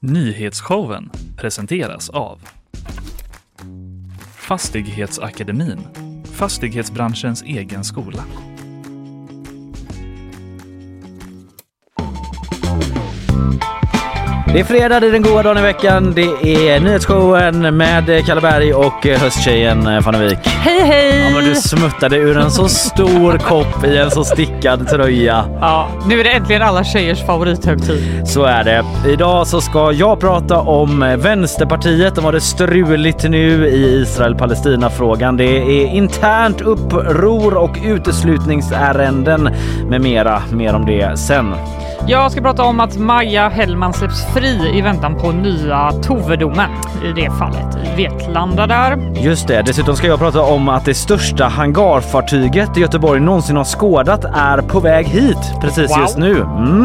Nyhetsshowen presenteras av Fastighetsakademin, fastighetsbranschens egen skola. Det är fredag, det är den goda dagen i veckan. Det är nyhetsshowen med Kalle Berg och hösttjejen Fannevik. Hej hej! Ja, men du smuttade ur en så stor kopp i en så stickad tröja. Ja, nu är det äntligen alla tjejers favorithögtid. Så är det. Idag så ska jag prata om Vänsterpartiet. De har det struligt nu i Israel-Palestina-frågan. Det är internt uppror och uteslutningsärenden med mera. Mer om det sen. Jag ska prata om att Maja Hellman släpps fri i väntan på nya Tove-domen. I det fallet i Vetlanda där. Just det. Dessutom ska jag prata om att det största hangarfartyget Göteborg någonsin har skådat är på väg hit precis just nu.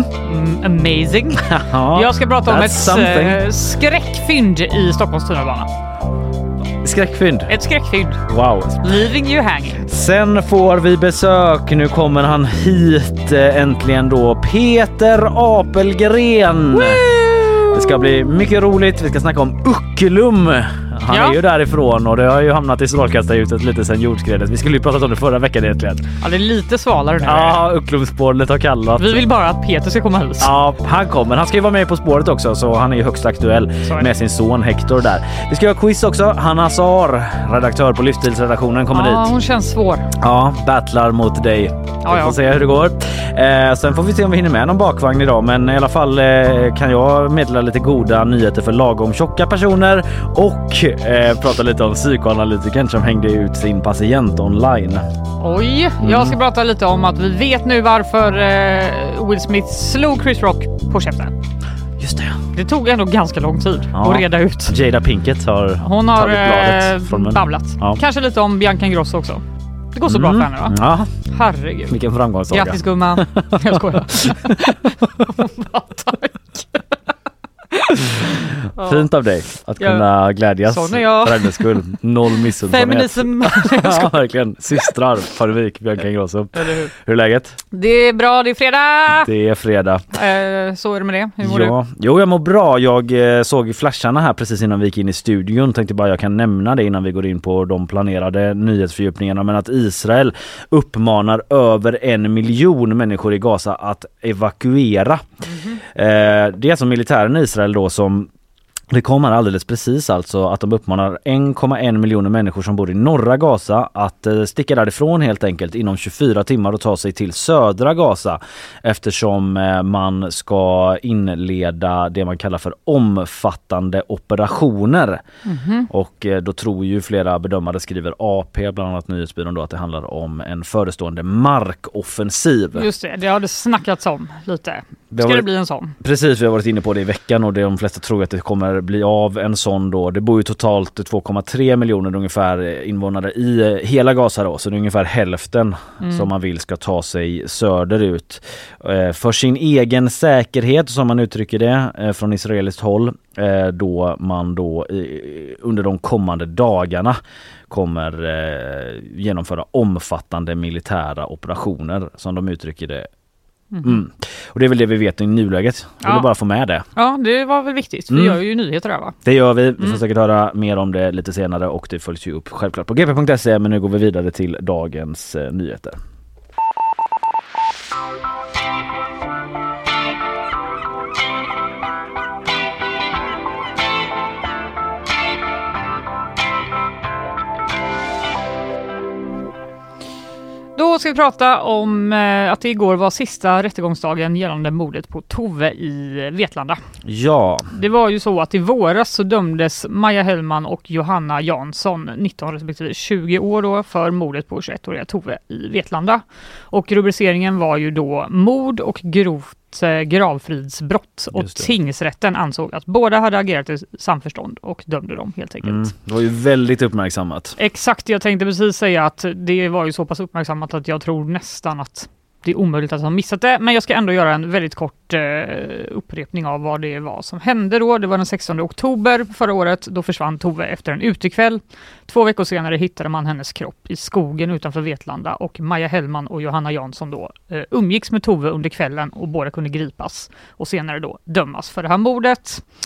Amazing. Jag ska prata om ett skräckfynd i Stockholms tunnelbana. Skräckfynd? Ett skräckfynd. Wow. Leaving you hanging. Sen får vi besök. Nu kommer han hit äntligen då. Peter Apelgren. Woo! Det ska bli mycket roligt. Vi ska snacka om Ucklum. Han är ju därifrån och det har ju hamnat i strålkastarljuset lite sen jordskredet. Vi skulle ju prata om det förra veckan egentligen. Ja, det är lite svalare nu. Ja, Ucklumspåret har kallat. Vi vill bara att Peter ska komma hit. Ja, han kommer. Han ska ju vara med På spåret också, så han är ju högst aktuell med sin son Hector där. Vi ska ha quiz också. Hanna Sar, redaktör på Livsstilsredaktionen, kommer dit. Ja, hon känns svår. Ja, battlar mot dig. Vi får se hur det går. Sen får vi se om vi hinner med någon bakvagn idag. Men i alla fall kan jag meddela lite goda nyheter för lagom tjocka personer. Och prata lite om psykoanalytikern som hängde ut sin patient online. Oj, jag ska prata lite om att vi vet nu varför Will Smith slog Chris Rock på käften. Just det. Det tog ändå ganska lång tid att reda ut. Jada Pinkett har tagit bladet babblat. Ja. Kanske lite om Bianca Ingrosso också. Det går så bra för henne, va? Ja. Herregud. Vilken framgångssaga. Grattis gumman. Jag skojar. Tack. Fint av dig att kunna glädjas för hennes skull. Noll missunnsamhet. Feminism. Ja, verkligen. Systrar, Fannevik, Bianca Ingrosso. Hur är läget? Det är bra, det är fredag. Det är fredag. Så är det med det. Hur mår du? Jo, jag mår bra. Jag såg flasharna här precis innan vi gick in i studion. Tänkte bara jag kan nämna det innan vi går in på de planerade nyhetsfördjupningarna. Men att Israel uppmanar över 1 miljon människor i Gaza att evakuera. Det är alltså militären i Israel då som det kommer alldeles precis alltså att de uppmanar 1,1 miljoner människor som bor i norra Gaza att sticka därifrån helt enkelt inom 24 timmar och ta sig till södra Gaza eftersom man ska inleda det man kallar för omfattande operationer. Och då tror ju flera bedömare, skriver AP, bland annat nyhetsbyrån då, att det handlar om en förestående markoffensiv. Just det har det snackats om lite. Ska det bli en sån? Precis, vi har varit inne på det i veckan och de flesta tror att det kommer bli av en sån då. Det bor ju totalt 2,3 miljoner ungefär invånare i hela Gaza då, så det är ungefär hälften som man vill ska ta sig söderut. För sin egen säkerhet, som man uttrycker det från israeliskt håll, då man då under de kommande dagarna kommer genomföra omfattande militära operationer, som de uttrycker det. Och det är väl det vi vet i nuläget. Jag vill bara få med det. Ja, det var väl viktigt. Vi gör ju nyheter där, va? Det gör vi. Vi får säkert höra mer om det lite senare och det följs ju upp självklart på gp.se, men nu går vi vidare till dagens nyheter. Då ska vi prata om att det igår var sista rättegångsdagen gällande mordet på Tove i Vetlanda. Ja. Det var ju så att i våras så dömdes Maja Hellman och Johanna Jansson, 19 respektive 20 år då, för mordet på 21-åriga Tove i Vetlanda. Och rubriceringen var ju då mord och grovt gravfridsbrott, och tingsrätten ansåg att båda hade agerat i samförstånd och dömde dem helt enkelt. Det var ju väldigt uppmärksammat. Exakt, jag tänkte precis säga att det var ju så pass uppmärksammat att jag tror nästan att det är omöjligt att ha missat det, men jag ska ändå göra en väldigt kort upprepning av vad det var som hände då. Det var den 16 oktober förra året, då försvann Tove efter en utekväll. 2 veckor senare hittade man hennes kropp i skogen utanför Vetlanda, och Maja Hellman och Johanna Jansson då umgicks med Tove under kvällen och båda kunde gripas och senare då dömas för det här mordet.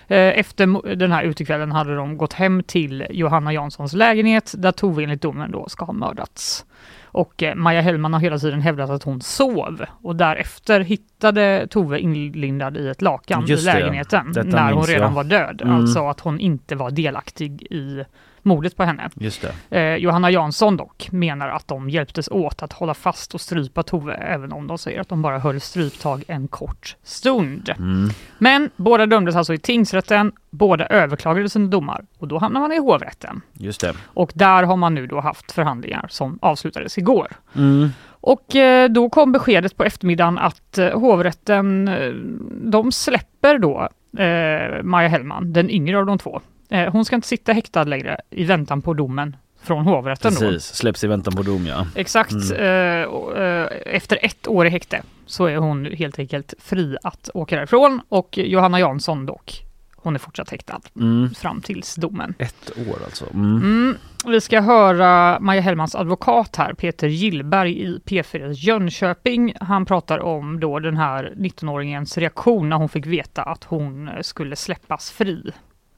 Efter den här utekvällen hade de gått hem till Johanna Janssons lägenhet där Tove enligt domen då ska ha mördats. Och Maja Hellman har hela tiden hävdat att hon sov och därefter hittade Tove inlindad i ett lakan i lägenheten när hon redan var död. Alltså att hon inte var delaktig i mordet på henne. Just det. Johanna Jansson dock menar att de hjälptes åt att hålla fast och strypa Tove även om de säger att de bara höll stryptag en kort stund. Men båda dömdes alltså i tingsrätten, båda överklagade sina domar och då hamnar man i hovrätten. Just det. Och där har man nu då haft förhandlingar som avslutades igår. Och då kom beskedet på eftermiddagen att hovrätten, de släpper då Maja Hellman, den yngre av de två. Hon ska inte sitta häktad längre i väntan på domen från hovrätten. Precis, släpps i väntan på dom, ja. Exakt. Efter 1 år i häkte så är hon helt enkelt fri att åka därifrån och Johanna Jansson dock, hon är fortsatt häktad fram tills domen. 1 år alltså. Vi ska höra Maja Hellmans advokat här, Peter Gillberg i P4 Jönköping. Han pratar om då den här 19-åringens reaktion när hon fick veta att hon skulle släppas fri.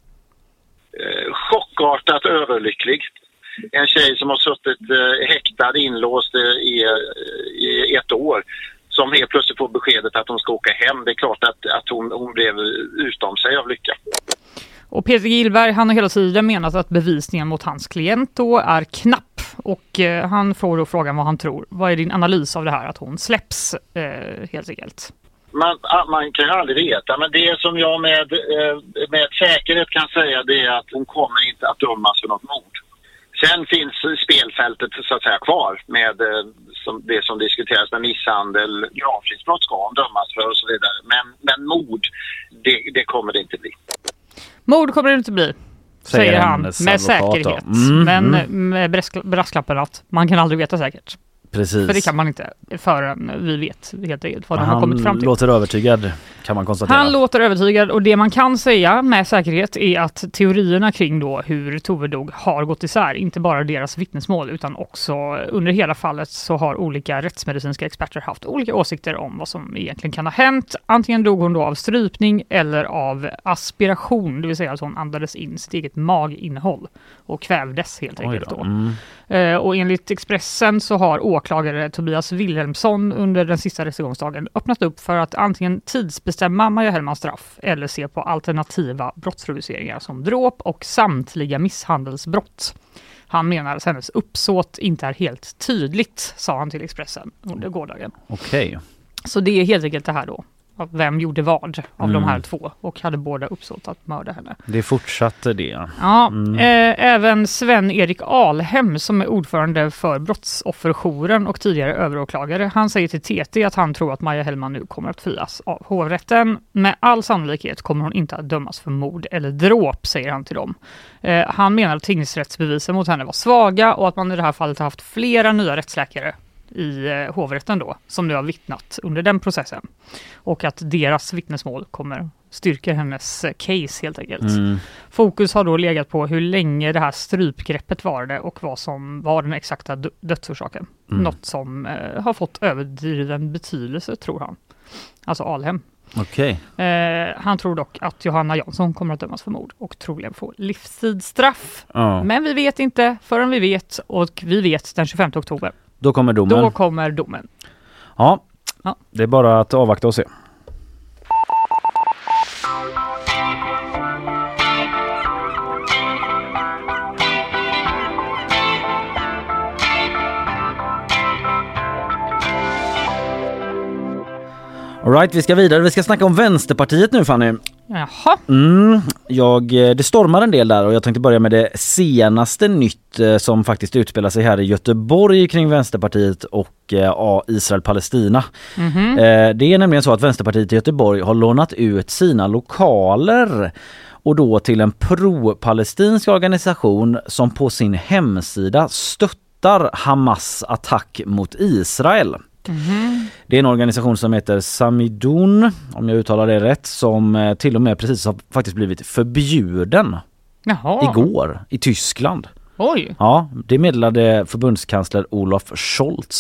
Chockartat överlycklig. En tjej som har suttit häktad, inlåst i 1 år, som helt plötsligt får beskedet att hon ska åka hem. Det är klart att hon blev utom sig av lycka. Och Peter Gillberg, han har hela tiden menat att bevisningen mot hans klient då är knapp. Och han får då frågan vad han tror. Vad är din analys av det här att hon släpps helt enkelt? Man kan ju aldrig veta, men det som jag med säkerhet kan säga det är att hon kommer inte att dömas för något mord. Sen finns spelfältet så att säga kvar med det som diskuteras med misshandel, gravfridsbrott ska hon dömas för och så vidare. Men mord, det kommer det inte bli. Mord kommer det inte bli, säger han med säkerhet. Men med brasklappen att man kan aldrig veta säkert. Precis. För det kan man inte förrän vi vet helt enkelt vad de har kommit fram till. Han låter övertygad, kan man konstatera. Han låter övertygad och det man kan säga med säkerhet är att teorierna kring då hur Tove dog har gått isär. Inte bara deras vittnesmål utan också under hela fallet så har olika rättsmedicinska experter haft olika åsikter om vad som egentligen kan ha hänt. Antingen dog hon då av strypning eller av aspiration, det vill säga att hon andades in sitt eget maginnehåll och kvävdes helt enkelt då. Och enligt Expressen så har åklagare Tobias Wilhelmsson under den sista rättegångsdagen öppnat upp för att antingen tidsbestämma Maja Hellmans straff eller se på alternativa brottsrubriceringar som dråp och samtliga misshandelsbrott. Han menar att hennes uppsåt inte är helt tydligt, sa han till Expressen under gårdagen. Okej. Så det är helt enkelt det här då. Vem gjorde vad av de här två och hade båda uppsåt att mörda henne. Det fortsatte det. Ja, även Sven-Erik Alhem som är ordförande för brottsofferjouren och tidigare överåklagare. Han säger till TT att han tror att Maja Hellman nu kommer att frias av hovrätten. Med all sannolikhet kommer hon inte att dömas för mord eller dråp, säger han till dem. Han menar att tingsrättsbevisen mot henne var svaga och att man i det här fallet har haft flera nya rättsläkare i hovrätten då, som nu har vittnat under den processen. Och att deras vittnesmål kommer styrka hennes case helt enkelt. Fokus har då legat på hur länge det här strypgreppet varade och vad som var den exakta dödsorsaken. Något som har fått överdriven betydelse, tror han. Alltså Alhem. Okej. Han tror dock att Johanna Jansson kommer att dömas för mord och troligen få livstidsstraff. Men vi vet inte förrän vi vet, och vi vet den 25 oktober. Då kommer domen. Då kommer domen. Ja, det är bara att avvakta och se. All right, vi ska vidare. Vi ska snacka om Vänsterpartiet nu, Fanny. Jaha. Det stormar en del där och jag tänkte börja med det senaste nytt som faktiskt utspelar sig här i Göteborg kring Vänsterpartiet och Israel-Palestina. Det är nämligen så att Vänsterpartiet i Göteborg har lånat ut sina lokaler och då till en pro-palestinsk organisation som på sin hemsida stöttar Hamas attack mot Israel. Det är en organisation som heter Samidun, om jag uttalar det rätt, som till och med precis har faktiskt blivit förbjuden igår i Tyskland. Oj. Ja, det meddelade förbundskansler Olaf Scholz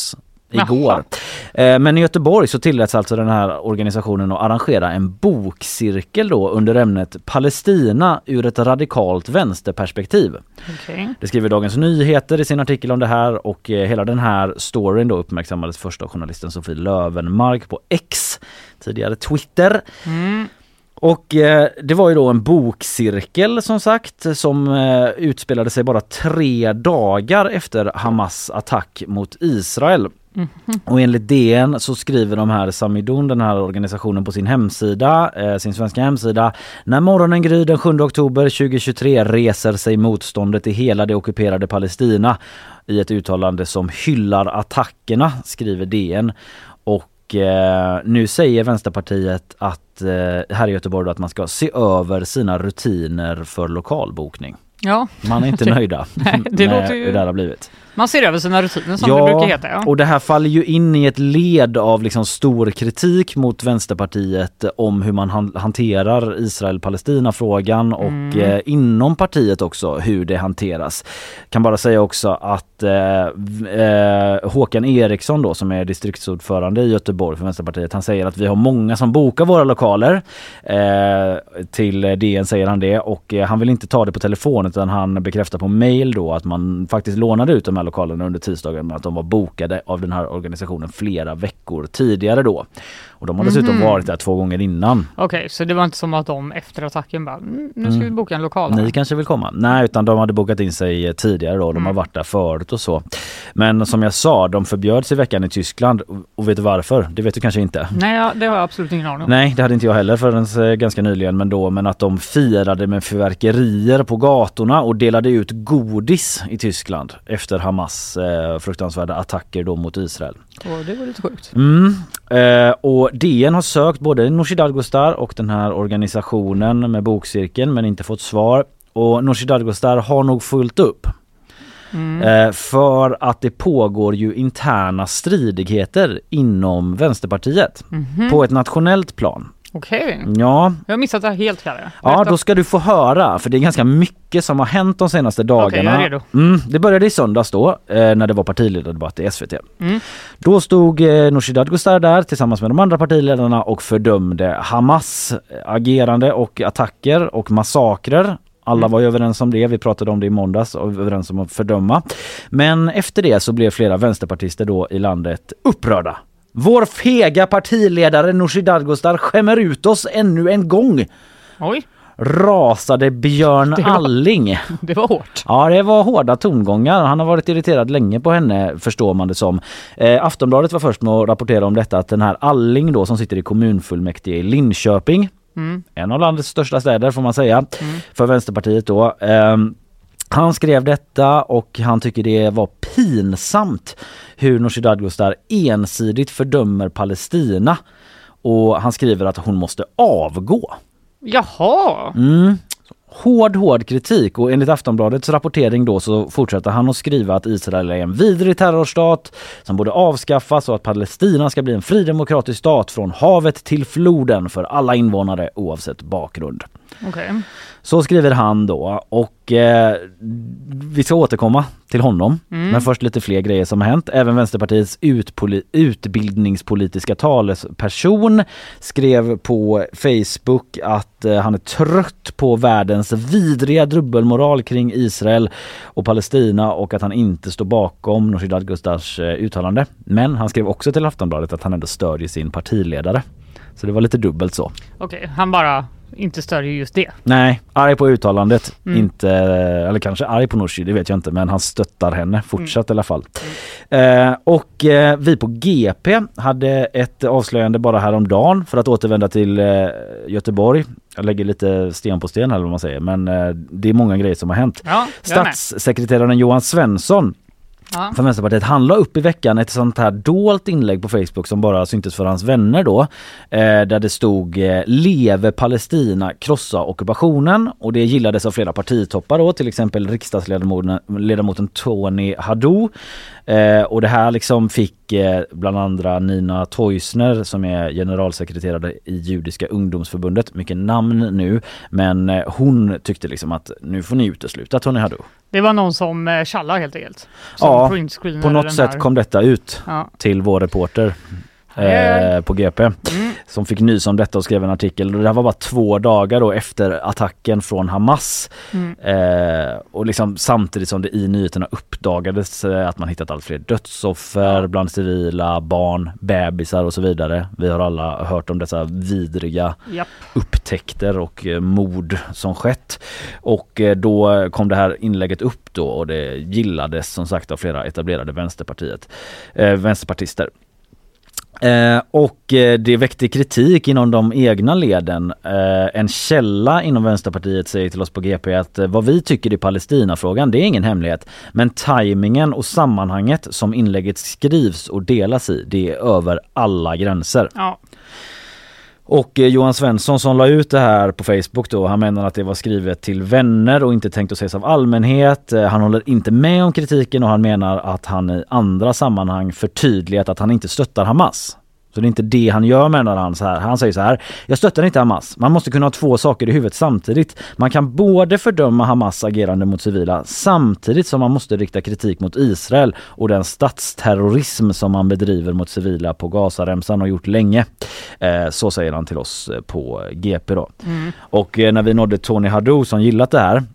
igår. Men i Göteborg så tilläts alltså den här organisationen att arrangera en bokcirkel då under ämnet Palestina ur ett radikalt vänsterperspektiv. Okay. Det skriver Dagens Nyheter i sin artikel om det här, och hela den här storyn då uppmärksammades först av journalisten Sofie Lövenmark på X, tidigare Twitter. Och det var ju då en bokcirkel som sagt som utspelade sig bara 3 dagar efter Hamas attack mot Israel. Och enligt DN så skriver de här Samidun, den här organisationen, på sin hemsida, sin svenska hemsida: när morgonen gryr den 7 oktober 2023 reser sig motståndet i hela det ockuperade Palestina i ett uttalande som hyllar attackerna, skriver DN. Och nu säger Vänsterpartiet att här i Göteborg då, att man ska se över sina rutiner för lokalbokning. Ja. Man är inte nöjda. Nej, det låter ju... hur det har blivit. Man ser över sina rutiner som det brukar heta. Ja. Och det här faller ju in i ett led av liksom stor kritik mot Vänsterpartiet om hur man hanterar Israel-Palestina-frågan och inom partiet också hur det hanteras. Kan bara säga också att Håkan Eriksson då, som är distriktsordförande i Göteborg för Vänsterpartiet, han säger att vi har många som bokar våra lokaler. Till DN säger han det, och han vill inte ta det på telefon, utan han bekräftar på mail då att man faktiskt lånade ut de här lokalerna under tisdagen, men att de var bokade av den här organisationen flera veckor tidigare då. Och de har dessutom varit där 2 gånger innan. Okej, så det var inte som att de efter attacken bara, nu ska vi boka en lokal här. Ni kanske vill komma? Nej, utan de hade bokat in sig tidigare då. De har varit där förut och så. Men som jag sa, de förbjöds i veckan i Tyskland. Och vet du varför? Det vet du kanske inte. Nej, det har jag absolut ingen aning om. Nej, det hade inte jag heller förrän ganska nyligen. Men att de firade med fyrverkerier på gatorna och delade ut godis i Tyskland efter Hamas fruktansvärda attacker då mot Israel. Och det var lite sjukt. Och DN har sökt både Nooshi Dadgostar och den här organisationen med bokcirkeln, men inte fått svar. Och Nooshi Dadgostar har nog fullt upp. För att det pågår ju interna stridigheter inom Vänsterpartiet på ett nationellt plan. Okej. Ja. Jag har missat det här helt, Kalle. Ja, då ska du få höra, för det är ganska mycket som har hänt de senaste dagarna. Okej, jag är redo. Det började i söndags då, när det var partiledardebatt i SVT. Då stod Nooshi Dadgostar där tillsammans med de andra partiledarna och fördömde Hamas agerande och attacker och massakrer. Alla var ju överens om det, vi pratade om det i måndags och överens om att fördöma. Men efter det så blev flera vänsterpartister då i landet upprörda. Vår fega partiledare Nooshi Dadgostar skämmer ut oss ännu en gång. Oj. Rasade Björn Alling. Det var hårt. Ja, det var hårda tongångar. Han har varit irriterad länge på henne, förstår man det som. Aftonbladet var först med att rapportera om detta, att den här Alling då, som sitter i kommunfullmäktige i Linköping, en av landets största städer får man säga, för Vänsterpartiet då. Han skrev detta och han tycker det var pinsamt hur Nooshi Dadgostar ensidigt fördömer Palestina. Och han skriver att hon måste avgå. Jaha! Hård kritik, och enligt Aftonbladets rapportering då så fortsätter han att skriva att Israel är en vidrig terrorstat som borde avskaffas och att Palestina ska bli en fri demokratisk stat från havet till floden för alla invånare oavsett bakgrund. Okej. Så skriver han då, och vi ska återkomma till honom. Men först lite fler grejer som har hänt. Även Vänsterpartiets utbildningspolitiska talesperson skrev på Facebook att han är trött på världens vidriga dubbelmoral kring Israel och Palestina och att han inte står bakom Nooshi Dadgostars uttalande. Men han skrev också till Aftonbladet att han ändå stödjer sin partiledare. Så det var lite dubbelt så. Okej, han bara inte stödjer just det. Nej, arg på uttalandet. Inte, eller kanske arg på Nooshi, det vet jag inte. Men han stöttar henne fortsatt i alla fall. Och vi på GP hade ett avslöjande bara häromdagen, för att återvända till Göteborg. Jag lägger lite sten på sten här, eller vad man säger. Men det är många grejer som har hänt. Ja, Statssekreteraren Johan Svensson för Vänsterpartiet, han la upp i veckan ett sånt här dolt inlägg på Facebook som bara syntes för hans vänner då, där det stod leve Palestina, krossa ockupationen, och det gillades av flera partitoppar då, till exempel riksdagsledamoten Tony Haddou, och det här liksom fick fick bland andra Nina Teusner som är generalsekreterare i Judiska ungdomsförbundet. Mycket namn nu, men hon tyckte liksom att nu får ni utesluta Tony Haddou. Det var någon som tjallar helt enkelt. Ja, på något sätt kom detta ut till vår reporter på GP som fick nys om detta och skrev en artikel. Det här var bara 2 dagar då efter attacken från Hamas och liksom samtidigt som det i nyheterna uppdagades att man hittat allt fler dödsoffer bland civila, barn, bebisar och så vidare. Vi har alla hört om dessa vidriga upptäckter och mord som skett, och då kom det här inlägget upp då, och det gillades som sagt av flera etablerade vänsterpartister. Och det väckte kritik inom de egna leden. En källa inom Vänsterpartiet säger till oss på GP att vad vi tycker i Palestinafrågan, det är ingen hemlighet, men tajmingen och sammanhanget som inlägget skrivs och delas i, det är över alla gränser. Ja. Och Johan Svensson som la ut det här på Facebook då, han menar att det var skrivet till vänner och inte tänkt att ses av allmänhet. Han håller inte med om kritiken och han menar att han i andra sammanhang förtydligat att han inte stöttar Hamas. Så det är inte det han gör, menar han så här. Han säger så här: jag stöttar inte Hamas. Man måste kunna ha 2 saker i huvudet samtidigt. Man kan både fördöma Hamas agerande mot civila samtidigt som man måste rikta kritik mot Israel och den statsterrorism som man bedriver mot civila på Gazaremsan och gjort länge. Så säger han till oss på GP då. Och när vi nådde Tony Haddou som gillat det här,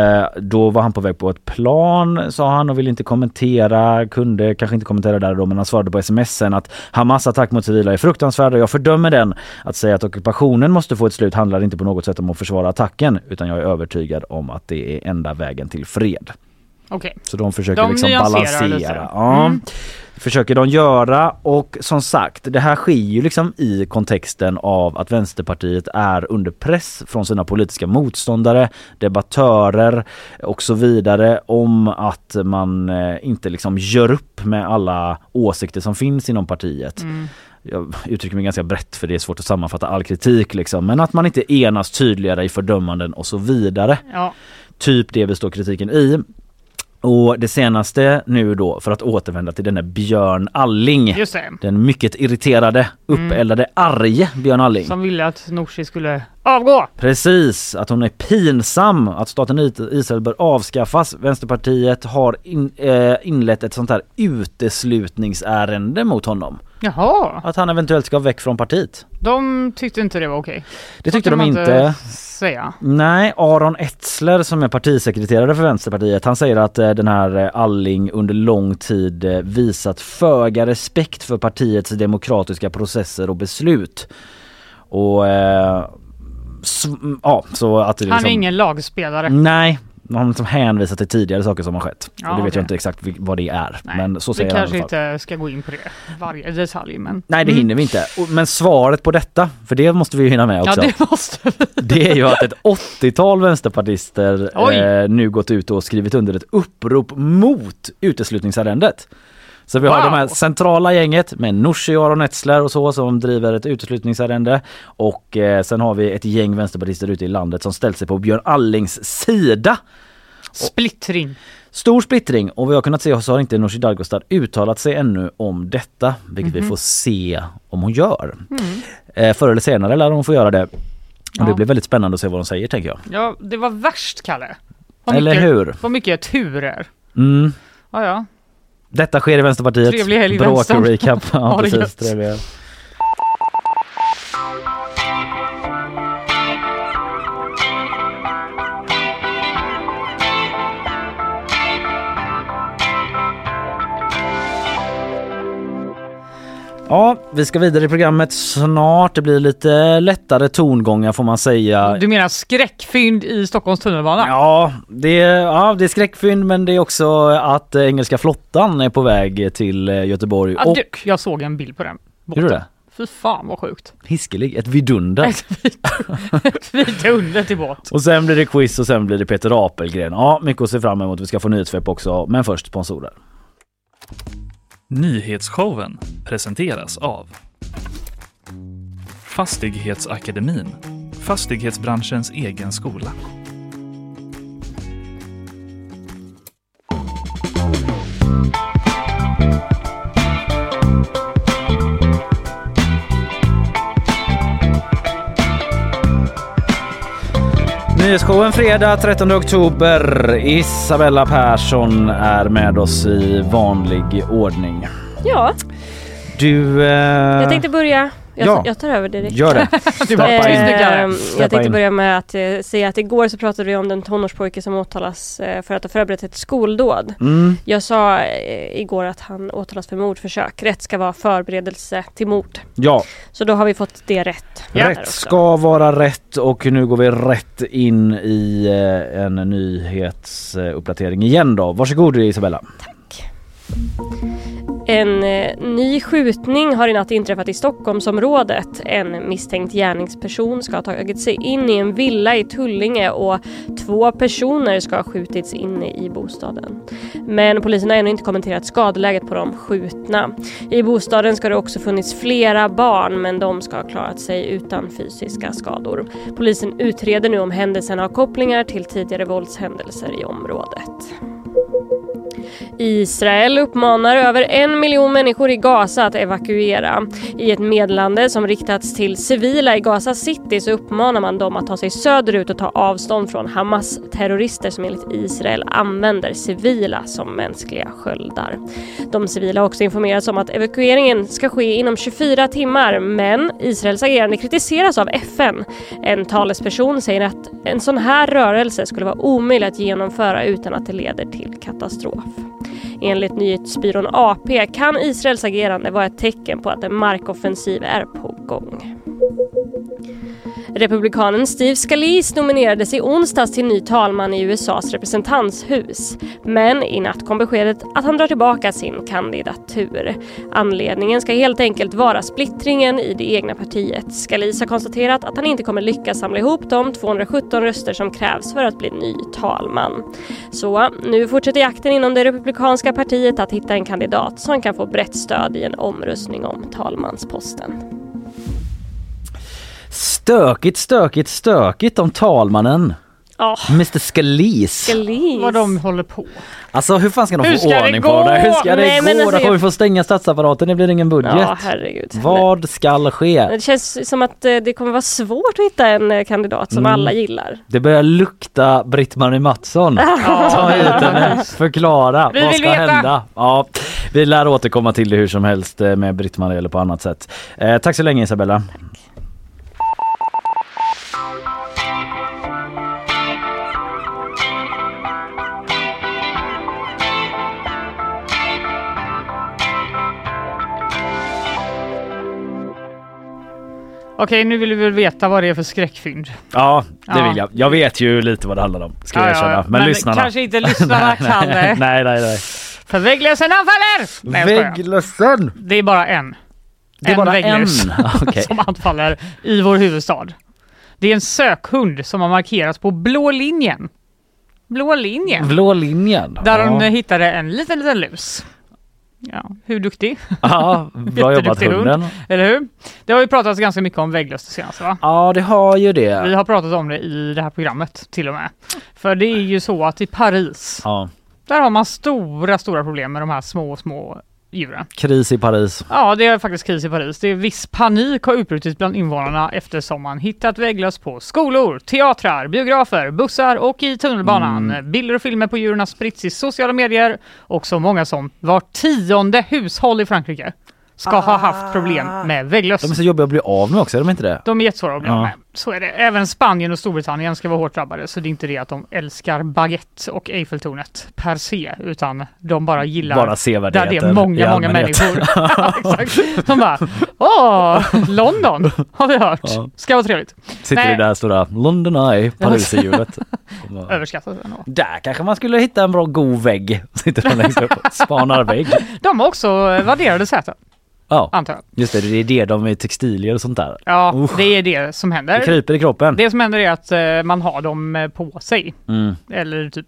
då var han på väg på ett plan, sa han, och ville inte kommentera, kunde kanske inte kommentera där då, men han svarade på sms:en att Hamas attack mot civila är fruktansvärd och jag fördömer den. Att säga att ockupationen måste få ett slut handlar inte på något sätt om att försvara attacken, utan jag är övertygad om att det är enda vägen till fred. Okay. Så de försöker liksom balansera. Försöker de göra, och som sagt, det här sker ju liksom i kontexten av att Vänsterpartiet är under press från sina politiska motståndare, debattörer och så vidare om att man inte liksom gör upp med alla åsikter som finns inom partiet. Jag uttrycker mig ganska brett för det är svårt att sammanfatta all kritik liksom, men att man inte enas tydligare i fördömanden och så vidare. Ja. Typ det vi står kritiken i. Och det senaste nu då, för att återvända till denna Björn Alling. Just det. Den mycket irriterade, uppeldade, arge Björn Alling. Som ville att Nooshi skulle avgå. Precis, att hon är pinsam, att staten Israel bör avskaffas. Vänsterpartiet har inlett ett sånt här uteslutningsärende mot honom. Jaha. Att han eventuellt ska väck från partiet. De tyckte inte det var okej. Det tyckte de inte. Säga. Nej, Aron Etzler som är partisekreterare för Vänsterpartiet, han säger att den här Alling under lång tid visat föga respekt för partiets demokratiska processer och beslut. Och så att det liksom, han är ingen lagspelare. Nej. Han som hänvisar till tidigare saker som har skett. Ja, och det vet jag inte exakt vad det är. Nej, men så säger vi kanske inte ska gå in på det. Varje detalj. Men... Nej, det hinner vi inte. Men svaret på detta, för det måste vi hinna med också. Ja, det måste vi. Det är ju att ett 80-tal vänsterpartister nu gått ut och skrivit under ett upprop mot uteslutningsärendet. Så vi har de här centrala gänget med Nooshi och Aron Etzler och så som driver ett uteslutningsärende. Och sen har vi ett gäng vänsterpartister ute i landet som ställt sig på Björn Allings sida. Splittring. Stor splittring, och vi har kunnat se så har inte Nooshi Dadgostar uttalat sig ännu om detta, vilket vi får se om hon gör. Förr eller senare lär hon få göra det. Och det blir väldigt spännande att se vad de säger, tänker jag. Ja, det var värst, Kalle. Eller hur? Vad mycket turer. Ja. Detta sker i Vänsterpartiet. Trevlig helg, Bråk och recap. Ja, precis. Trevlig. Ja, vi ska vidare i programmet snart. Det blir lite lättare tongångar, får man säga. Du menar skräckfynd i Stockholms tunnelbana? Ja, det är skräckfynd, men det är också att engelska flottan är på väg till Göteborg. Ja, jag såg en bild på den båten. Gjorde du det? Fy fan vad sjukt. Hiskelig, ett vidunder. Ett vidunder till båt. Och sen blir det quiz och sen blir det Peter Apelgren. Ja, mycket att se fram emot. Vi ska få nyhetsfepp också, men först sponsorer. Nyhetsshowen presenteras av Fastighetsakademin, fastighetsbranschens egen skola. Nyhetsshowen fredag 13 oktober. Isabella Persson är med oss i vanlig ordning. Ja. Jag tänkte börja. Jag tar över direkt. Gör det. Jag tänkte börja med att säga att igår så pratade vi om den tonårspojke som åtalas för att ha förberett ett skoldåd. Jag sa igår att han åtalas för mordförsök. Rätt ska vara förberedelse till mord. Ja. Så då har vi fått det rätt. Rätt ska vara rätt och nu går vi rätt in i en nyhetsuppdatering igen då. Varsågod Isabella. Tack. En ny skjutning har i natt inträffat i Stockholmsområdet. En misstänkt gärningsperson ska ha tagit sig in i en villa i Tullinge och 2 personer ska ha skjutits inne i bostaden. Men polisen har ännu inte kommenterat skadeläget på de skjutna. I bostaden ska det också funnits flera barn, men de ska ha klarat sig utan fysiska skador. Polisen utreder nu om händelsen har kopplingar till tidigare våldshändelser i området. Israel uppmanar över 1 miljon människor i Gaza att evakuera. I ett meddelande som riktats till civila i Gaza City så uppmanar man dem att ta sig söderut och ta avstånd från Hamas-terrorister som enligt Israel använder civila som mänskliga sköldar. De civila har också informerats om att evakueringen ska ske inom 24 timmar, men Israels agerande kritiseras av FN. En talesperson säger att en sån här rörelse skulle vara omöjlig att genomföra utan att det leder till katastrof. Enligt nyhetsbyrån AP kan Israels agerande vara ett tecken på att en markoffensiv är på gång. Republikanen Steve Scalise nominerades i onsdags till ny talman i USAs representanthus. Men i natt kom beskedet att han drar tillbaka sin kandidatur. Anledningen ska helt enkelt vara splittringen i det egna partiet. Scalise har konstaterat att han inte kommer lyckas samla ihop de 217 röster som krävs för att bli ny talman. Så nu fortsätter jakten inom det republikanska partiet att hitta en kandidat som kan få brett stöd i en omröstning om talmansposten. Stökigt om talmannen. Mr. Scalise. Vad de håller på. Alltså hur fan ska de få ordning på det? Hur ska det gå? Då kommer vi få stänga statsapparaten, det blir ingen budget. Ja, herregud. Vad ska ske? Det känns som att det kommer vara svårt att hitta en kandidat som alla gillar. Det börjar lukta Britt-Marie Mattsson. Ta hit henne, förklara vad ska hända. Ja, vi lär återkomma till det hur som helst med Britt-Marie eller på annat sätt. Tack så länge Isabella. Okej, nu vill vi väl veta vad det är för skräckfynd. Ja, det vill jag. Jag vet ju lite vad det handlar om, ska jag erkänna. Men lyssnarna. Kanske inte lyssnarna kan det. Nej. För vägglössen anfaller! Vägglössen? Det är bara en. Det är bara vägglöss okay. Som anfaller i vår huvudstad. Det är en sökhund som har markerats på blå linjen. Blå linjen? Där de hittade en liten lus. Ja, hur duktig? Ja, bra jobbat hunden. Eller hur? Det har ju pratats ganska mycket om vägglöss senast, va? Ja, det har ju det. Vi har pratat om det i det här programmet till och med. För det är ju så att i Paris, där har man stora problem med de här små djuren. Kris i Paris. Ja, det är faktiskt kris i Paris. Det är viss panik har utbrutit bland invånarna eftersom man hittat vägglöss på skolor, teatrar, biografer, bussar och i tunnelbanan. Bilder och filmer på djuren har spritts i sociala medier och så många som var 10:e hushåll i Frankrike ska ha haft problem med vägglöss. De är så jobbiga att bli av med också, är de inte det? De är jättesvåra att bli av med. Så är det. Även Spanien och Storbritannien ska vara hårt drabbade, så det är inte det att de älskar baguette och Eiffeltornet per se, utan de bara gillar där det är många människor. Exakt. De bara, London har vi hört. Ska vara trevligt. Sitter i det där stora London Eye, Paris-hjulet. Överskattat. Där kanske man skulle hitta en bra god vägg. Sitter de längst upp och spanar vägg. De har också värderade säten. Ja, antar jag. Just det är det de är textilier och sånt där. Ja, det är det som händer. Det kryper i kroppen. Det som händer är att man har dem på sig. Eller typ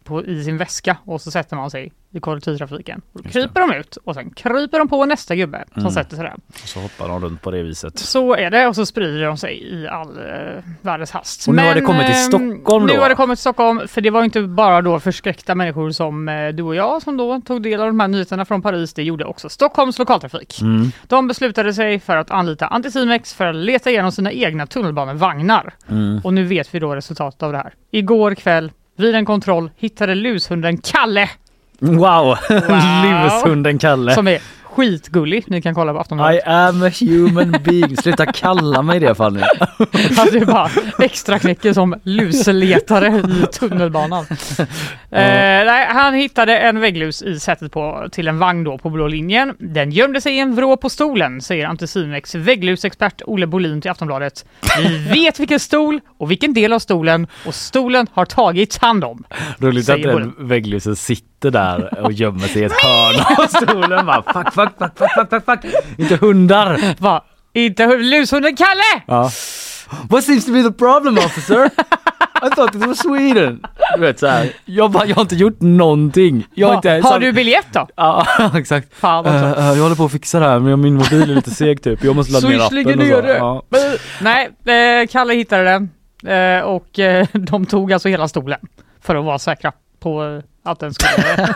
i sin väska och så sätter man sig i kollektivtrafiken. Och då kryper de ut och sen kryper de på nästa gubbe som sätter sig där. Och så hoppar de runt på det viset. Så är det och så sprider de sig i all världens hast. Och nu har det kommit till Stockholm då? Nu har det kommit till Stockholm, för det var inte bara då förskräckta människor som du och jag som då tog del av de här nyheterna från Paris. Det gjorde också Stockholms lokaltrafik. De beslutade sig för att anlita Anticimex för att leta igenom sina egna tunnelbanevagnar. Och nu vet vi då resultatet av det här. Igår kväll vid en kontroll hittade lushunden Kalle. Wow. Lushunden Kalle. Som är skitgullig. Ni kan kolla på Aftonbladet. I am a human being. Sluta kalla mig det Fanny. Han är bara extra knäcker som lusletare i tunnelbanan. Nej, han hittade en vägglus i sättet till en vagn då på blå linjen. Den gömde sig i en vrå på stolen, säger Anticimex vägglusexpert Olle Bolin till Aftonbladet. Vi vet vilken stol och vilken del av stolen och stolen har tagits hand om. Roligt att den vägglusen sitter där och gömmer sig i ett hörn av stolen. Bara, fuck. Inte hundar. Va? Inte lushunden Kalle! Ja. What seems to be the problem, officer? I thought it was Sweden. Du vet så här. Jag har inte gjort någonting. Har du biljett då? Ja, exakt. Fan också. Jag håller på att fixa det här men min mobil är lite seg typ. Jag måste ladda ner appen och så. Ja. Nej, Kalle hittade den och de tog alltså hela stolen för att vara säkra på att den skulle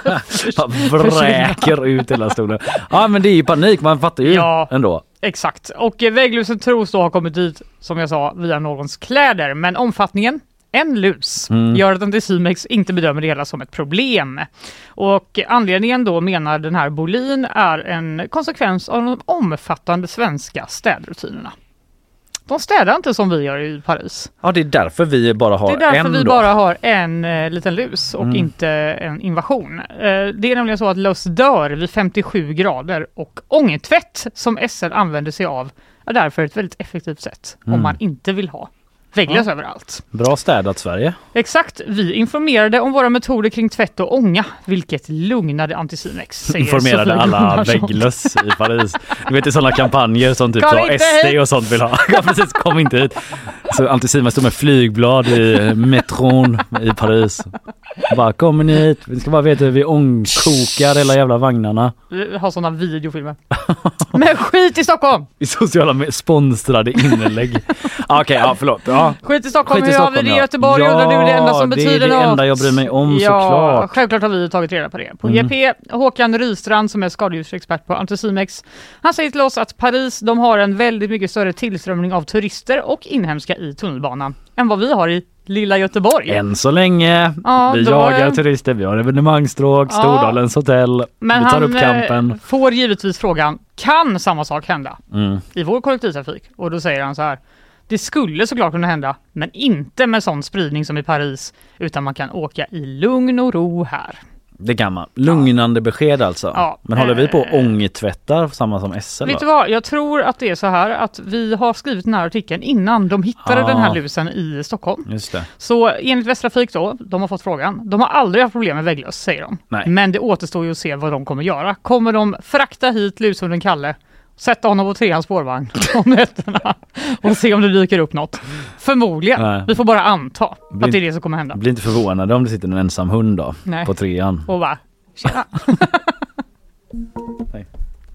vräker ut hela stolen. Ja, men det är ju panik, man fattar ju ändå. Exakt. Och vägglusen tros då ha kommit dit, som jag sa, via någons kläder. Men omfattningen, en lus, gör att Anticimex inte bedömer det hela som ett problem. Och anledningen då, menar den här Bolin, är en konsekvens av de omfattande svenska städrutinerna. De städar inte som vi gör i Paris. Ja, det är därför vi bara har en liten lus och inte en invasion. Det är nämligen så att löss dör vid 57 grader och ångtvätt som SL använder sig av är därför ett väldigt effektivt sätt om man inte vill ha vägglös överallt. Bra städat Sverige. Exakt. Vi informerade om våra metoder kring tvätt och ånga, vilket lugnade Anticimex. Informerade alla vägglös i Paris. Du vet, det är sådana kampanjer som typ SD och sånt vill ha. Ja, precis, kom inte hit. Så Anticimex står med flygblad i metron i Paris. Bara, kommer ni hit? Vi ska bara veta hur vi ångkokar hela jävla vagnarna. Vi har sådana videofilmer. Men skit i Stockholm! I sociala sponsrade inlägg. Okej, förlåt. Ja. Skit i Stockholm, hur har vi det i Göteborg? Undrar du, det enda som betyder det är det enda jag bryr mig om, såklart. Självklart har vi tagit reda på det. På GP, Håkan Rystrand som är skadedjursexpert på Anticimex. Han säger till oss att Paris, de har en väldigt mycket större tillströmning av turister och inhemska i tunnelbanan än vad vi har i lilla Göteborg. Än så länge. Ja, vi jagar turister, vi har evenemangstråk, Stordalens hotell. Men vi tar upp kampen. Får givetvis frågan, kan samma sak hända i vår kollektivtrafik? Och då säger han så här: det skulle såklart kunna hända, men inte med sån spridning som i Paris, utan man kan åka i lugn och ro här. Det kan man. Lugnande besked alltså. Ja, men håller vi på ångtvättar samma som SL? Vet du vad? Jag tror att det är så här att vi har skrivit den här artikeln innan de hittade den här lusen i Stockholm. Just det. Så enligt Västtrafik då, de har fått frågan. De har aldrig haft problem med vägglös, säger de. Nej. Men det återstår ju att se vad de kommer göra. Kommer de frakta hit lushunden Kalle, sätta honom på 3ans spårvagn om nätterna och se om det dyker upp något? Förmodligen. Nej. Vi får bara anta att det är det som kommer hända. Blir inte förvånade om det sitter en ensam hund då. Nej. På 3an. Och bara, tjena. Nej.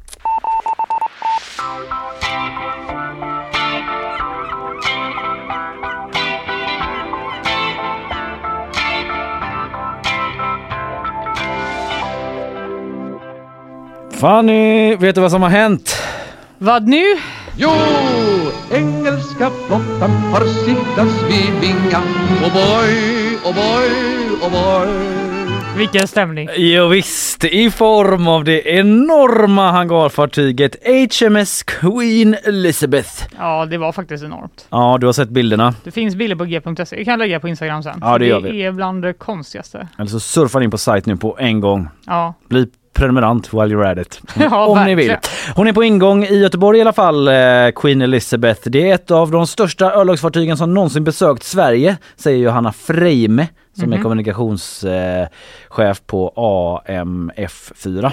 Fanny, vet du vad som har hänt? Vad nu? Jo, engelska flottan har siktats vid Vinga. Oh boy, oh boy, oh boy. Vilken stämning. Jo visst, i form av det enorma hangarfartyget HMS Queen Elizabeth. Ja, det var faktiskt enormt. Ja, du har sett bilderna. Det finns bilder på g.se. Jag kan lägga på Instagram sen. Ja, det gör vi. Det är bland det konstigaste. Eller så surfa in på sajt nu på en gång. Ja. Bli prenumerant while you're at it. Ja, om verkligen. Ni vill. Hon är på ingång i Göteborg i alla fall, Queen Elizabeth. Det är ett av de största örlogsfartygen som någonsin besökt Sverige, säger Johanna Freime som är kommunikationschef på AMF4.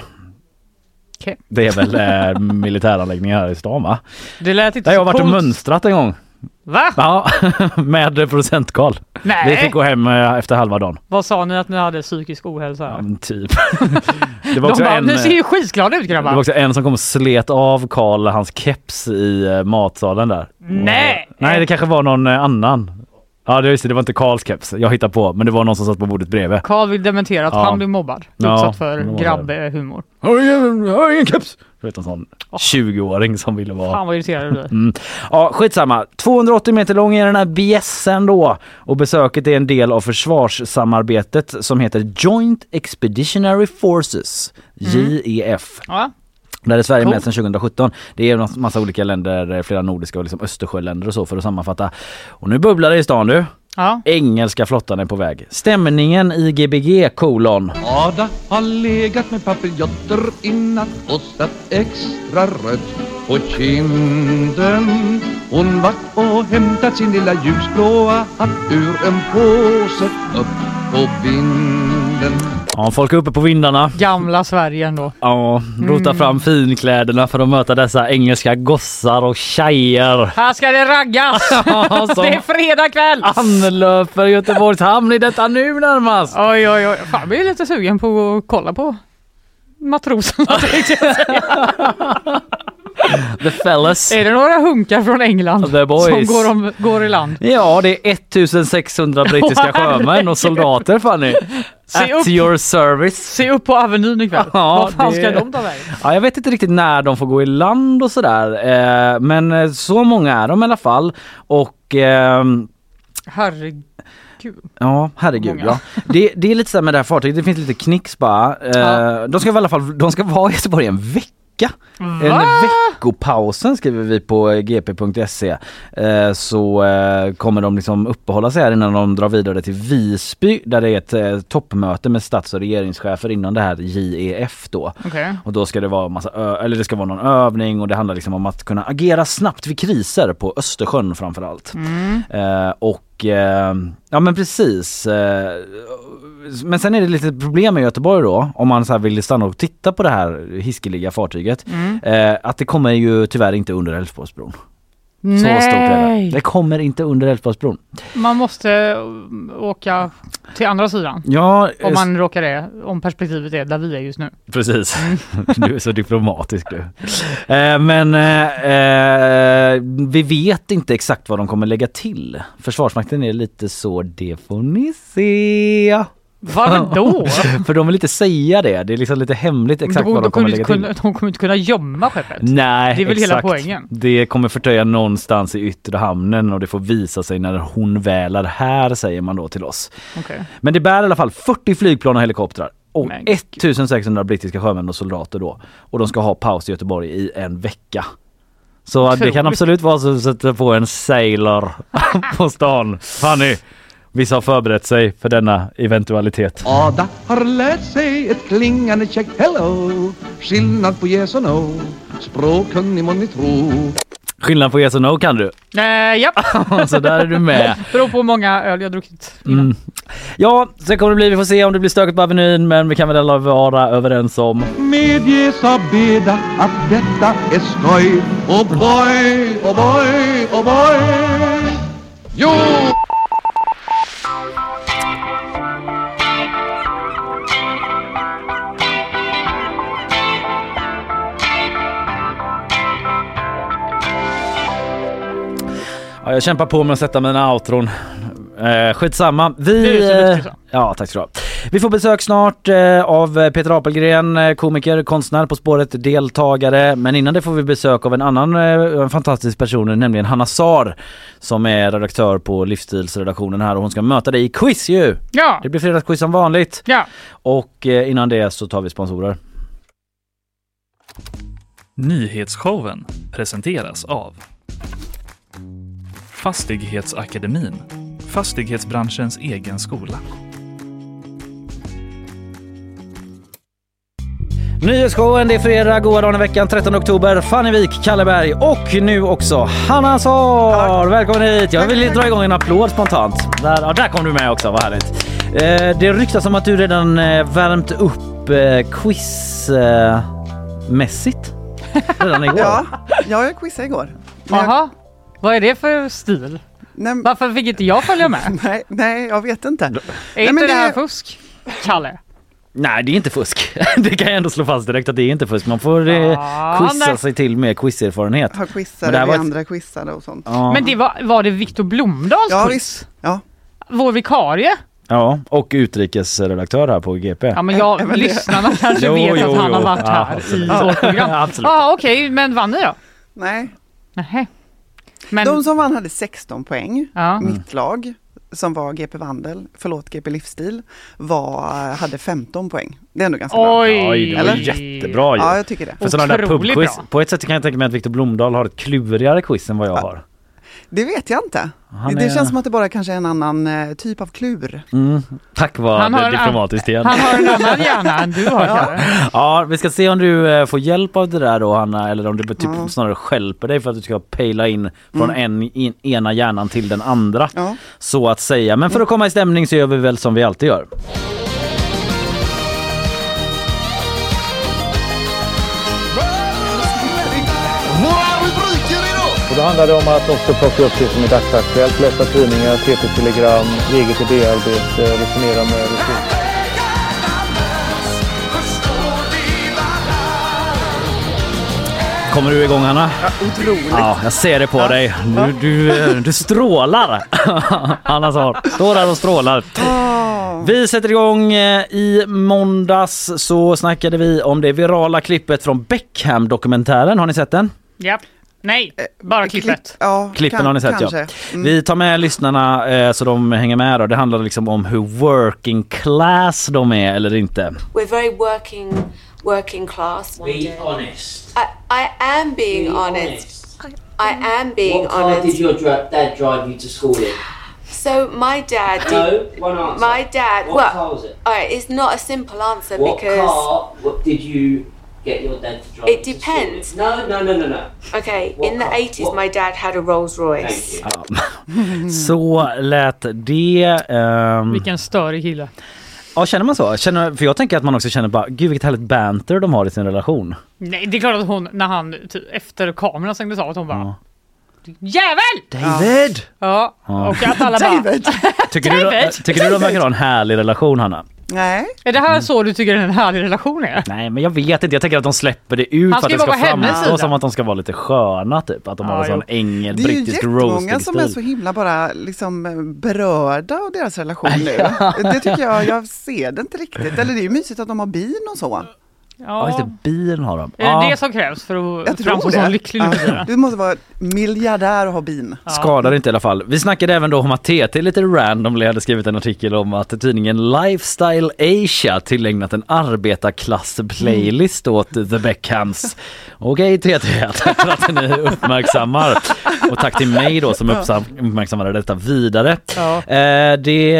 Okay. Det är väl militäranläggningar här i stan, va? Det lät inte där jag har varit och mönstrat en gång. Va? Ja, med producent Karl. Nej. Vi fick gå hem efter halva dagen. Vad sa ni att ni hade psykisk ohälsa? Ja, men typ. Det var De också bara, en, ni ser ju skitglada ut, grabbar. det var också en som kom och slet av Karl hans keps i matsalen där. Nej! Nej, det kanske var någon annan. Ja, det var inte Karls keps. Jag hittade på, men det var någon som satt på bordet bredvid. Karl vill dementera att han blir mobbad. Utsatt för grabbhumor. Jag har ingen keps. Du vet, en sån 20-åring som ville vara... Fan vad irriterad du är. Ja, skitsamma. 280 meter lång är den här bjässen då. Och besöket är en del av försvarssamarbetet som heter Joint Expeditionary Forces, JEF. Ja. Där är Sverige med sedan 2017. Det är en massa olika länder, flera nordiska och liksom Östersjöländer och så för att sammanfatta. Och nu bubblar det i stan du. Ja. Engelska flottan är på väg. Stämningen i GBG : Ada har legat med papiljotter innan och satt extra rött på kinden. Hon var och hämtat sin lilla ljusblåa hatt ur en påse upp på vinden. Ja, folk är uppe på vindarna. Gamla Sverige ändå. Ja, rota fram finkläderna för att möta dessa engelska gossar och tjejer. Här ska det raggas! Det är fredag kväll! Anlöper Göteborgs hamn i detta nu närmast. Oj, oj, oj. Fan, jag är lite sugen på att kolla på matrosen. The fellas. Är det några hunkar från England The boys. som går i land? Ja, det är 1600 brittiska sjömän och soldater, Fanny. At your service. Se upp på Avenyn ikväll. Ja, vad fan ska de ta vägen? Ja, jag vet inte riktigt när de får gå i land och sådär. Men så många är de i alla fall. Och... Herregud. Ja, herregud. Ja. Det är lite så här med det här fartyget. Det finns lite knix bara. De ska i alla fall vara i Göteborg en vecka. En veckopausen skriver vi på gp.se. Så kommer de liksom uppehålla sig här innan de drar vidare till Visby där det är ett toppmöte med stats- och regeringschefer innan det här JEF då. Okay. Och då ska det vara det ska vara någon övning och det handlar liksom om att kunna agera snabbt vid kriser på Östersjön framförallt. Ja men precis. Men sen är det lite problem med Göteborg då om man så här vill stanna och titta på det här hiskeliga fartyget. Att det kommer ju tyvärr inte under Älvsborgsbron. Så stort är det. Det kommer inte under Älvsborgsbron. Man måste åka till andra sidan. Ja, om man råkar det. Om perspektivet är där vi är just nu. Precis. Du är så diplomatisk du. Men vi vet inte exakt vad de kommer lägga till. Försvarsmakten är lite så, det får ni se. Vadå? För de vill inte säga det. Det är liksom lite hemligt exakt vad de kommer lägga till. De kommer inte kunna gömma skeppet. Nej, det är väl exakt. Hela poängen. Det kommer förtöja någonstans i yttre hamnen och det får visa sig när hon välar här, säger man då till oss. Okay. Men det bär i alla fall 40 flygplan och helikoptrar och 1600 brittiska sjömän och soldater då. Och de ska ha paus i Göteborg i en vecka. Så det kan absolut vara så att sätta på en sailor på stan. Fanny, vissa har förberett sig för denna eventualitet. Ada har lärt sig ett klingande käckt hello. Skillnad på yes och no. Språkkunnig må ni tro. Skillnad på yes och no kan du? Japp. Så där är du med. Beror på hur många öl jag druckit innan. Ja, så kommer det bli, vi får se om det blir stökigt på Avenyn, men vi kan väl alla vara överens om. Medge sa beda att detta är skoj. Oh boy, oh boy, oh boy. Jo! Ja, jag kämpar på med att sätta mina outron. Skitsamma. Ja, tack så mycket. Vi får besök snart av Peter Apelgren, komiker, konstnär, På spåret, deltagare. Men innan det får vi besök av en annan fantastisk person, nämligen Hanna Saar, som är redaktör på Livsstilsredaktionen här. Och hon ska möta dig i quiz ju. Ja. Det blir fredagsquiz som vanligt. Ja. Och innan det så tar vi sponsorer. Nyhetsshowen presenteras av Fastighetsakademin, fastighetsbranschens egen skola. Nyhetsshowen, det är fredag, goda dagen i veckan, 13 oktober. Fanny Wijk, Kalleberg och nu också Hanna Saar. Välkommen hit. Jag vill dra igång en applåd spontant. Där kom du med också, vad härligt. Det ryktas om att du redan värmt upp quizmässigt redan igår. Ja, jag quizade igår. Jaha. Vad är det för stil? Nej, Varför fick inte jag följa med? nej, jag vet inte. Är inte det här fusk, Kalle? Nej, det är inte fusk. Det kan jag ändå slå fast direkt att det är inte fusk. Man får quizza sig till med quizerfarenhet. Har quizare, vi andra quizade och sånt. Ja. Men det var det Victor Blomdahls quiz? Visst. Ja. Vår vikarie? Ja, och utrikesredaktör här på GP. Ja, men lyssnarna kanske vet att han har varit här i vårt program. Absolut. Okej, men vann ni då? Nej. Nej. Men... De som vann hade 16 poäng. Ja. Mitt lag, som var GP Vandel, GP Livsstil, hade 15 poäng. Det är ändå ganska bra. Oj, det var jättebra ju. Ja, jag tycker det. För sådana där pubquiz, på ett sätt kan jag tänka mig att Victor Blomdahl har ett klurigare quiz än vad jag har. Det vet jag inte. Det känns som att det bara kanske är en annan typ av klur. Tack var diplomatiskt igen. Han har en annan hjärna än du har. Ja, vi ska se om du får hjälp av det där då, Hanna, eller om du typ snarare stjälper dig för att du ska pejla in från ena hjärnan till den andra. Ja. Så att säga. Men för att komma i stämning så gör vi väl som vi alltid gör. Och då handlar det om att också plocka upp det som är dagsaktuellt, läsa tidningar, TT-telegram, eget idéarbete, resonera med resurser. Kommer du igång, Hanna? Ja, otroligt. Ja, jag ser det på dig. Du strålar. Hanna står där och strålar. Vi sätter igång. I måndags så snackade vi om det virala klippet från Beckham-dokumentären. Har ni sett den? Ja. Nej, bara klippet. Klippen har ni sett, kanske. Ja. Vi tar med lyssnarna så de hänger med då. Det handlar liksom om hur working class de är eller inte. We're very working class. Be honest. I am being honest. I am being honest. What car did your dad drive you to school in? So my dad did. No, one answer. My dad. What car was it? All right, it's not a simple answer what because. What did you get your dad to drive? It depends. No. Okay, in the 80s my dad had a Rolls Royce. Så lät det. Vilken störig kille. Ja, känner man så? För jag tänker att man också känner bara, gud vilket härligt banter de har i sin relation. Nej, det är klart att hon, när han efter kameran stängdes av, att hon bara jävel! David! Ja, och att alla David! bara Tycker du de verkar ha en härlig relation, Hanna? Nej. Är det här så du tycker en härlig relation är? Nej, men jag vet inte. Jag tänker att de släpper det ut för att det ska framstå som att de ska vara lite sköna typ. Att de har en sån brittisk roasting-stil. Det är ju jättemånga som är så himla bara liksom berörda av deras relation nu. Det tycker jag ser det inte riktigt. Eller det är ju mysigt att de har bin och så. Ja, just det, bilen har de. Är det det som krävs för att framstå som lycklig nu? Du måste vara miljardär och ha bin. Skadar inte i alla fall. Vi snackade även då om att TT lite randomly hade skrivit en artikel om att tidningen Lifestyle Asia tillägnat en arbetarklass-playlist åt The Beckhams. Okej, TT, tack för att ni uppmärksammar. Och tack till mig då som uppmärksammade detta vidare. Ja. Det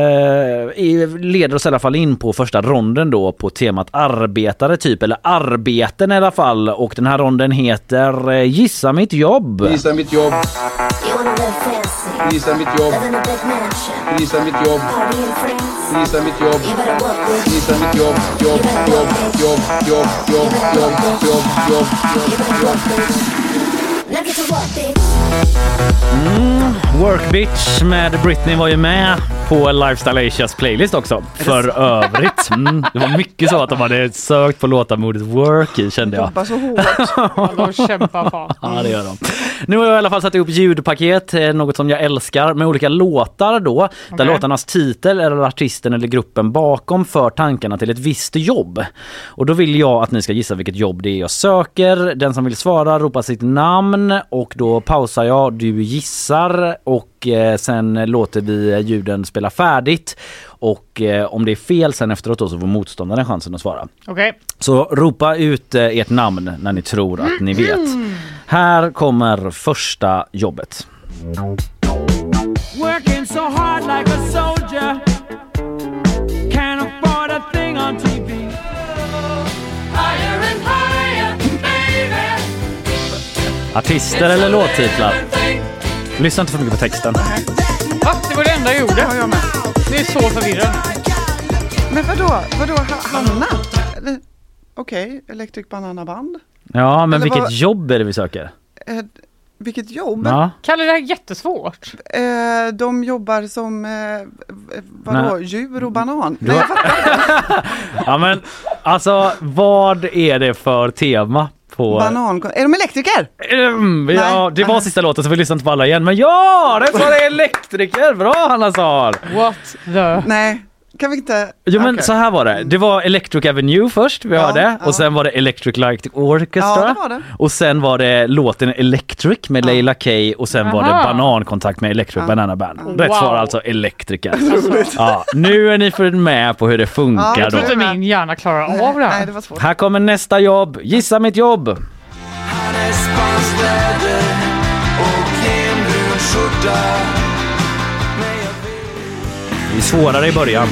leder oss i alla fall in på första ronden då på temat arbetare typ, eller arbeten i alla fall. Och den här ronden heter Gissa mitt jobb. Gissa mitt jobb. Gissa mitt jobb. Gissa mitt jobb. Gissa mitt jobb. Gissa mitt jobb. Work Bitch med Britney var ju med på Lifestyle Asias playlist också. För övrigt. Det var mycket så att de hade sökt på låtarmodet Work i, kände jag. Jobbar så hårt. De kämpar fan. Ja, det gör de. Nu har jag i alla fall satt ihop ljudpaket, något som jag älskar, med olika låtar då. Där låtarnas titel eller artisten eller gruppen bakom för tankarna till ett visst jobb. Och då vill jag att ni ska gissa vilket jobb det är jag söker. Den som vill svara ropar sitt namn och då pausar jag, du gissar och sen låter vi ljuden spela färdigt. Och om det är fel sen efteråt då, så får motståndaren chansen att svara. Okej. Så ropa ut ert namn när ni tror att ni vet. Här kommer första jobbet. Working so hard like a soldier. Can't afford a thing on TV. Higher and higher, baby. Artister eller låttitlar? Lyssna inte för mycket på texten. Va? Det var det enda jag gjorde. Ja, jag med. Det är så förvirrande. Men vadå Hanna? Okej, Electric Banana Band. Ja, men eller vilket jobb är det vi söker? Vilket jobb? Ja. Kalle, det här är jättesvårt. De jobbar som vadå? Djur och banan. Nej, jag Ja, men alltså vad är det för tema på banan? Är de elektriker? Ja, det var sista låten så vi lyssnar inte på alla igen. Men ja, det var det elektriker. Bra, Hanna Sar. What the? Nej. Kan vi inte... Jo, men så här var det. Det var Electric Avenue först, vi hörde. Och sen var det Electric Light Orchestra. Ja, det var det. Och sen var det låten Electric med Leila K. Och sen var det Banankontakt med Electric Banana Band. Rätt svar alltså Elektriker. Ja, nu är ni för med på hur det funkar jag då. tror inte min hjärna klarar av det här. Nej, det var svårt. Här kommer nästa jobb. Gissa mitt jobb. Det är svårare i början.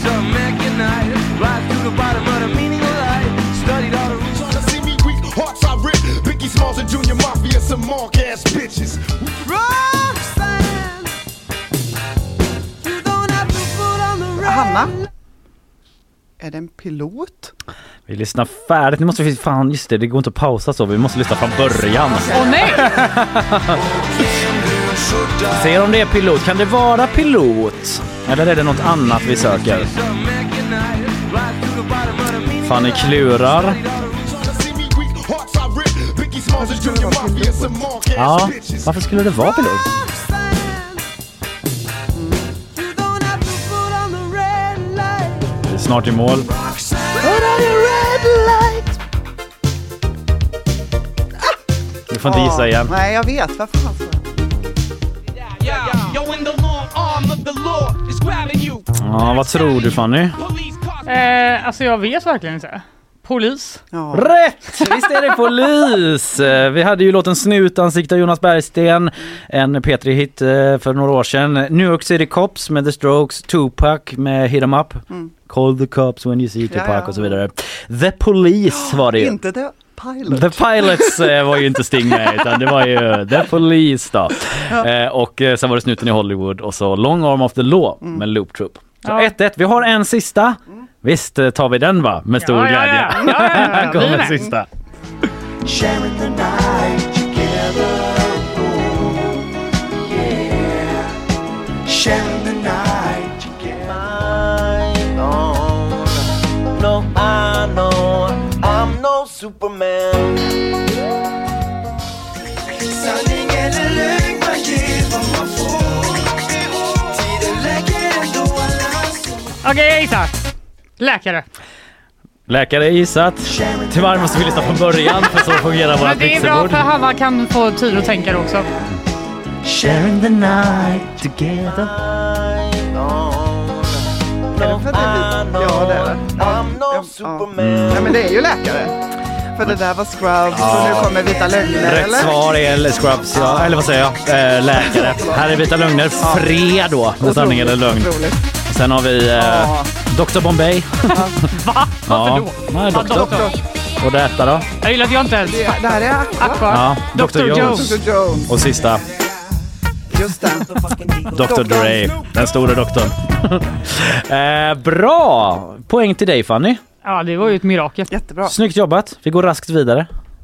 Hanna? Är det en pilot? Vi lyssnar färdigt. Nu måste vi fan, just det går inte att pausa så. Vi måste lyssna från början. Åh nej! Se om det är pilot. Kan det vara pilot? Eller är det något annat vi söker? Fan, ni klurar. Ja, varför skulle det vara pilot? Vi är snart i mål. Du får inte gissa igen. Nej, jag vet. Vad fan? Ja, vad tror du, Fanny? Alltså jag vet verkligen inte. Polis. Ja. Rätt! Visst är det polis! Vi hade ju låten Snutansikte av Jonas Bergsten, en Petri-hit för några år sedan. New York City Cops med The Strokes, Tupac med Hit 'em Up, Call the Cops when you see Tupac och så vidare. The Police var det ju. Inte The Pilots. The Pilots var ju inte Sting med, utan det var ju The Police då. Och sen var det Snuten i Hollywood och så Long Arm of the Law med Loop Troop. Så 1-1, vi har en sista. Visst tar vi den va? Med stor glädje. Här kommer sista. Sharing the night together. Yeah. Sharing the night together. No, I know I'm no Superman. Sanning eller lögn, man ger vad man får. Tiden läker ändå alla. Okej, jag gissar. Läkare. Läkare gissat. Tyvärr måste vi lyssna från början för så fungerar våra men det är bra för Hanna kan få tid att tänka det också. Sharing the night together. Är det för att det är ja, det är det. Ja, men det är ju läkare. För det där var Scrubs och nu kommer Vita Lögner, rätt eller? svar är Scrubs, ja. Eller vad säger jag? Läkare. Här är Vita Lögner. Fred då. Med sanning eller lögn. Sen har vi Dr. Bombay. Va? Varför då? Nej, doktor. Och detta då? Jag gillar att jag inte ens... Det här är Aqua. Ja, Dr. Jones. Dr. Jones. Och sista. Just det. Dr. Dre. Den stora doktorn. Bra! Poäng till dig, Fanny. Ja, det var ju ett mirakel. Jättebra. Snyggt jobbat. Vi går raskt vidare.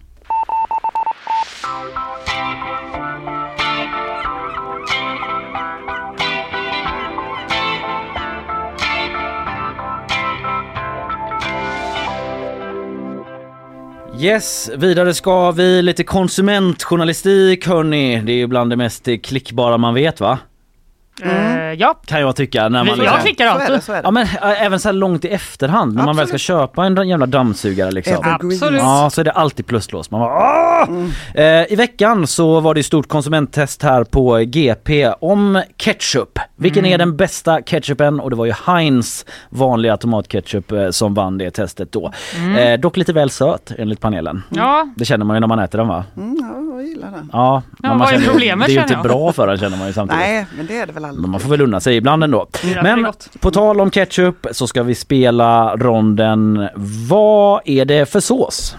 Yes, vidare ska vi lite konsumentjournalistik, hörni. Det är ju bland det mest klickbara man vet, va? Ja. Kan jag tycka. När man jag klickar alltid. Så är det. Ja, men även så här långt i efterhand när man väl ska köpa en jävla dammsugare liksom. Absolut. Ja, så är det alltid pluslås. Man bara, I veckan så var det ett stort konsumenttest här på GP om ketchup. Vilken är den bästa ketchupen? Och det var ju Heinz vanliga tomatketchup som vann det testet då. Dock lite väl söt enligt panelen. Ja. Det känner man ju när man äter den, va? Ja, jag gillar den. Ja, vad är känner, problemet, det är ju känner inte jag. bra för den, känner man ju samtidigt. Nej, men det är det väl aldrig. Men man får väl unna sig ibland ändå. är Men gott. på tal om ketchup så ska vi spela ronden Vad är det för sås?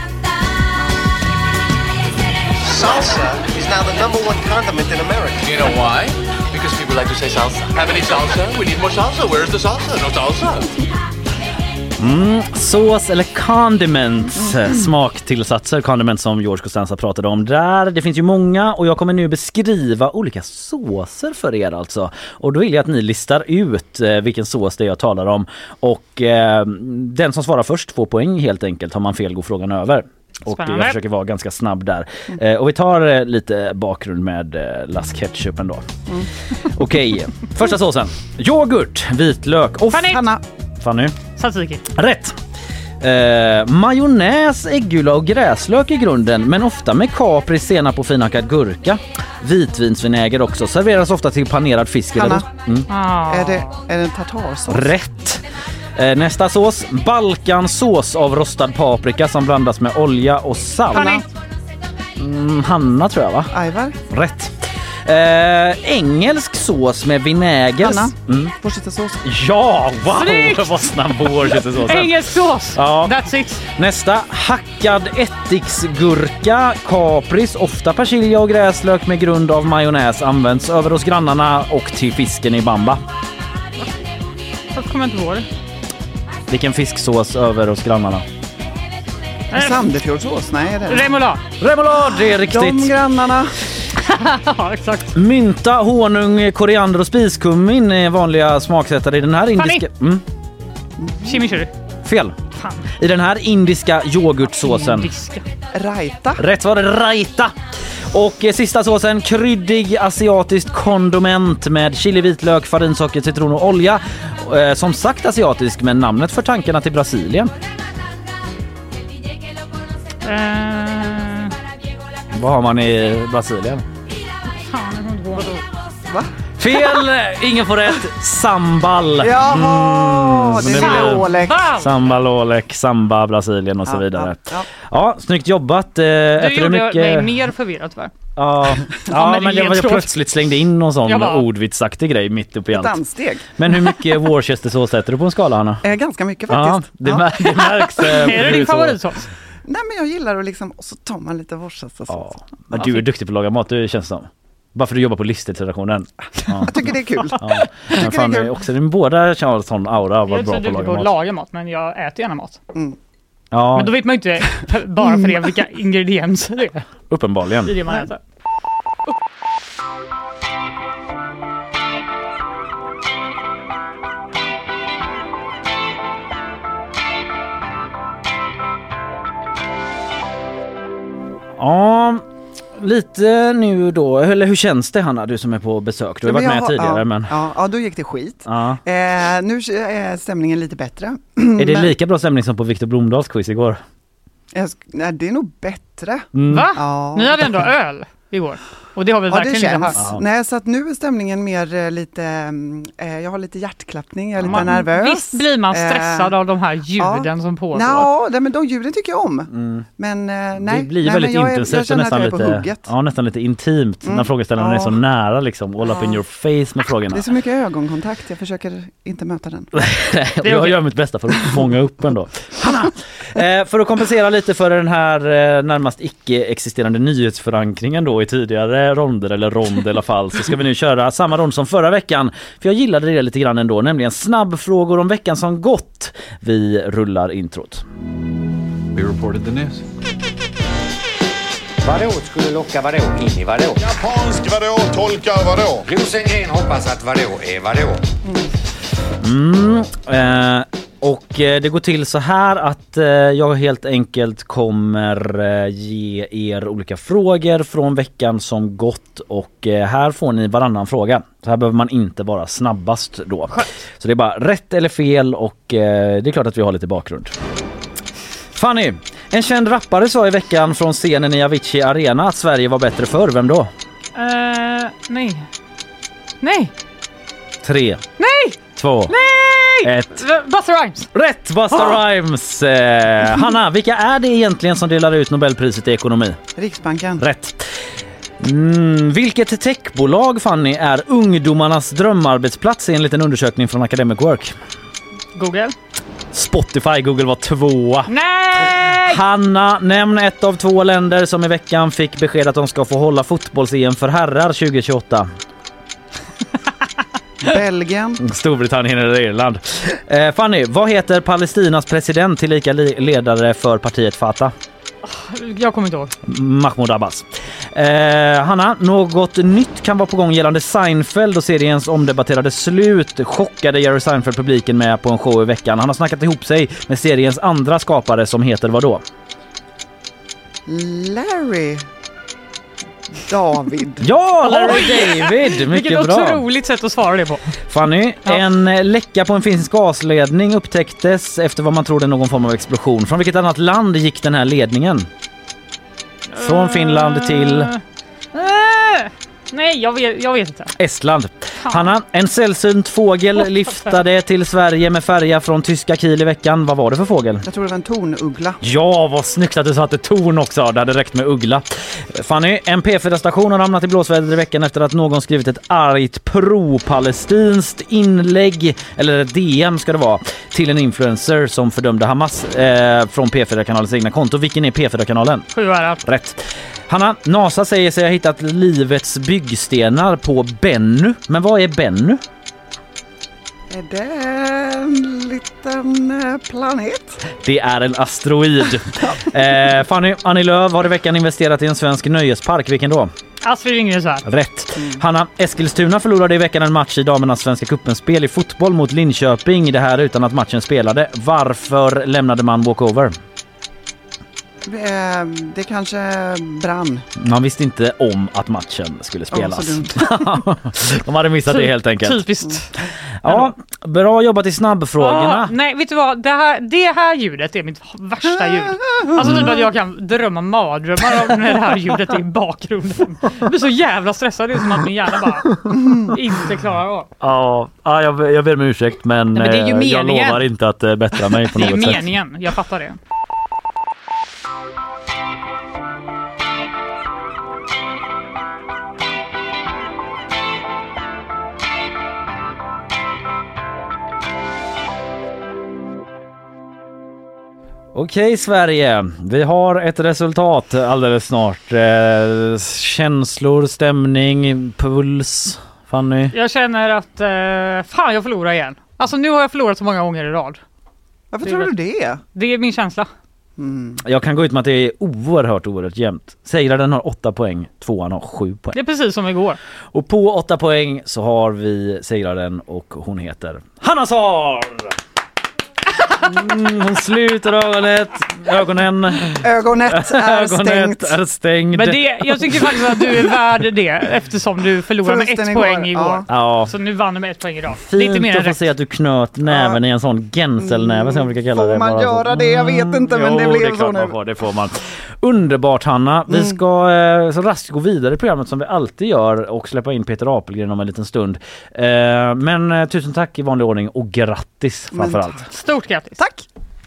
Salsa is now the #1 condiment in America. You know why? Because people like to say salsa. Have any salsa? We need more salsa. Where's the salsa? No salsa. Sås eller condiments, smaktillsatser, condiments som George Costanza pratade om där. Det finns ju många och jag kommer nu beskriva olika såser för er alltså. Och då vill jag att ni listar ut vilken sås det jag talar om. Och den som svarar först får poäng helt enkelt. Har man fel går frågan över. Och Spännande. jag försöker vara ganska snabb där. Och vi tar lite bakgrund med Las Ketchup ändå. Okej, första såsen. Yoghurt, vitlök och... Fanny. Tzatziki. Rätt. Majonnäs, äggula och gräslök i grunden, men ofta med kapris, senap och finhackad gurka. Vitvinsvinäger också. Serveras ofta till panerad fisk. Hanna. Eller... Är det en tartarsås? Rätt. Nästa sås. Balkansås av rostad paprika som blandas med olja och salt. Hanna tror jag, va? Ajvar. Rätt. Engelsk sås med vinäger. Hanna. Worcestersås. Ja, wow! Snyggt! Det var snabb på worcestersåsen. Engelsk sås. Ja. That's it. Nästa. Hackad ättiksgurka, kapris, ofta persilja och gräslök med grund av majonnäs används över hos grannarna och till fisken i bamba. Varför kommer jag inte på det? Vilken fisksås över hos grannarna? Sandefjordsås? Nej, är det? Remoulad, det är riktigt. De grannarna. Ja, exakt. Mynta, honung, koriander och spiskummin är vanliga smaksättare i den här indiska... Chimichurri. Fel. Fan. I den här indiska yoghurtsåsen. Indiska. Raita. Rätt var det, raita. Och sista såsen, kryddig asiatiskt kondoment med chili, vitlök, farinsocker, citron och olja. Som sagt asiatisk, men namnet för tankarna till Brasilien. Vad har man i Brasilien? Fan, jag kommer inte på det. Va? Fel! Ingen får rätt. Sambal. Jaha, det är ålek. Sambal, ålek, samba, Brasilien och så vidare. Ja, snyggt jobbat. Du gjorde mig mer förvirrad tyvärr. Ja, men jag plötsligt slängde in någon sån ordvitsaktig grej mitt upp i allt. Danssteg. Men hur mycket Worcestersås äter du på en skala, Hanna? Ganska mycket faktiskt. Det märks. Är det din favoritsås? Nej, men jag gillar att liksom, och så tar man lite Worcestersås. Men du är duktig på att laga mat, det känns som. Bara för att du jobbar på livsstilsredaktionen. Jag tycker det är kul. Men fan, det är också, båda har en sån aura av att vara bra på att laga mat. Men jag äter gärna mat. Ja. Men då vet man ju inte bara för det vilka ingredienser det är. Uppenbarligen. Det är det man äter. Ja, lite nu då. Eller hur känns det, Hanna, du som är på besök? Du har varit med tidigare. Men... Ja, då gick det skit. Ja. Nu är stämningen lite bättre. Är det lika bra stämning som på Victor Blomdahls quiz igår? Nej, det är nog bättre. Va? Ja. Ni hade ändå öl igår. Och det har vi verkligen inte hört. Nej, så att nu är stämningen mer lite, jag har lite hjärtklappning, jag är lite nervös. Visst blir man stressad av de här ljuden som pågår? Ja, men de ljuden tycker jag om. Men nej. Det blir väldigt intensivt och nästan lite intimt när frågeställaren är så nära liksom, all up in your face med frågorna. Det är så mycket ögonkontakt, jag försöker inte möta den. Jag gör mitt bästa för att fånga upp ändå. Hanna! För att kompensera lite för den här närmast icke-existerande nyhetsförankringen då i tidigare ronder eller rond i alla fall, så ska vi nu köra samma rond som förra veckan. För jag gillade det lite grann ändå, nämligen snabbfrågor om veckan som gått. Vi rullar introt. We reported the news. Vadå skulle locka vadå in i vadå? Japansk vadå tolkar vadå? Rosengren hoppas att vadå är vadå? Och det går till så här att jag helt enkelt kommer ge er olika frågor från veckan som gått, och här får ni varannan fråga. Så här behöver man inte vara snabbast då. Så det är bara rätt eller fel, och det är klart att vi har lite bakgrund. Fanny, en känd rappare sa i veckan från scenen i Avicii Arena att Sverige var bättre förr. Vem då? Nej. 3. Nej. 2. Nej! 1. Busta Rhymes. Rätt, Busta Rhymes. Hanna, vilka är det egentligen som delar ut Nobelpriset i ekonomi? Riksbanken. Rätt. Vilket techbolag, Fanny, är ungdomarnas drömarbetsplats enligt en undersökning från Academic Work? Google. Spotify. Google var 2. Nej! Hanna, nämn ett av 2 länder som i veckan fick besked att de ska få hålla fotbolls-EM för herrar 2028. Belgien. Storbritannien eller Irland. Fanny, vad heter Palestinas president tillika ledare för partiet Fatah? Jag kommer inte ihåg. Mahmoud Abbas. Hanna, något nytt kan vara på gång gällande Seinfeld och seriens omdebatterade slut. Chockade Jerry Seinfeld publiken med på en show i veckan. Han har snackat ihop sig med seriens andra skapare som heter vad då? Larry David. Ja, Larry David. Mycket Vilket bra. otroligt sätt att svara det på. Fanny, en läcka på en finsk gasledning upptäcktes efter vad man trodde någon form av explosion. Från vilket annat land gick den här ledningen? Från Finland till... Nej, jag vet inte. Estland. Hanna, en sällsynt fågel liftade till Sverige med färja från tyska Kiel i veckan. Vad var det för fågel? Jag tror det var en tornuggla. Ja, vad snyggt att du sa att det torn också. Det hade räckt med uggla. Fanny, en P4-station har hamnat i blåsväder i veckan efter att någon skrivit ett argt pro-palestinskt inlägg, eller ett DM ska det vara, till en influencer som fördömde Hamas från P4-kanalens egna konto. Vilken är P4-kanalen? 7 Rätt. Hanna, NASA säger sig ha hittat livets byggstenar på Bennu. Men vad är Bennu? Är det en liten planet? Det är en asteroid. Fanny, Annie Lööf har i veckan investerat i en svensk nöjespark. Vilken då? Astrid Lindgrens Värld. Rätt. Hanna, Eskilstuna förlorade i veckan en match i damernas Svenska cupen-spel i fotboll mot Linköping. Det här utan att matchen spelade. Varför lämnade man walkover? Det kanske brann. Man visste inte om att matchen skulle spelas. Oh, de hade missat det helt enkelt. Typiskt. Ja, bra jobbat i snabbfrågorna. Nej, vet du vad? Det här ljudet är mitt värsta ljud. Alltså typ att jag kan drömma mardrömmar när det här ljudet är i bakgrunden. Jag blir så jävla stressad. Det är som att min hjärna bara inte klarar av. Ja, jag ber om ursäkt, men det är ju jag lovar inte att bättra mig på något sätt. Det är meningen, jag fattar det. Okej, Sverige. Vi har ett resultat alldeles snart. Känslor, stämning, puls. Fanny? Jag känner att jag förlorar igen. Alltså nu har jag förlorat så många gånger i rad. Varför tror du det? Det är min känsla. Jag kan gå ut med att det är oerhört jämnt. Segraren har 8 poäng, tvåan har 7 poäng. Det är precis som igår. Och på 8 poäng så har vi segraren och hon heter Hanna Saar! Hon sluter ögonen är stängt. Men jag tycker faktiskt att du är värd det eftersom du förlorade med 1 poäng igår. Ja. Så nu vann du med 1 poäng idag. Fint lite mer att få se att du knöt näven i en sån gänselnäve som jag brukar kalla det. Får man göra det? Jag vet inte, men det blir så nu. Det får man. Underbart, Hanna. Vi ska så raskt gå vidare i programmet som vi alltid gör och släppa in Peter Apelgren om en liten stund. Men tusen tack i vanlig ordning och grattis framförallt. Stort grattis. Tack!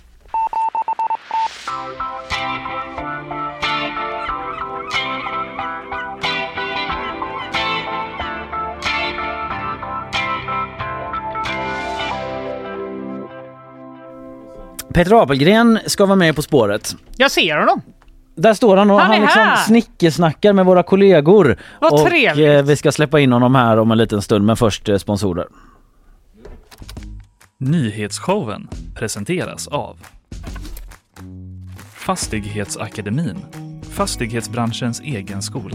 Peter Apelgren ska vara med På spåret. Jag ser honom. Där står han och han liksom snickesnackar med våra kollegor. Vad trevligt. Och vi ska släppa in honom här om en liten stund, men först sponsorer. Nyhetsshowen presenteras av Fastighetsakademin, fastighetsbranschens egen skola.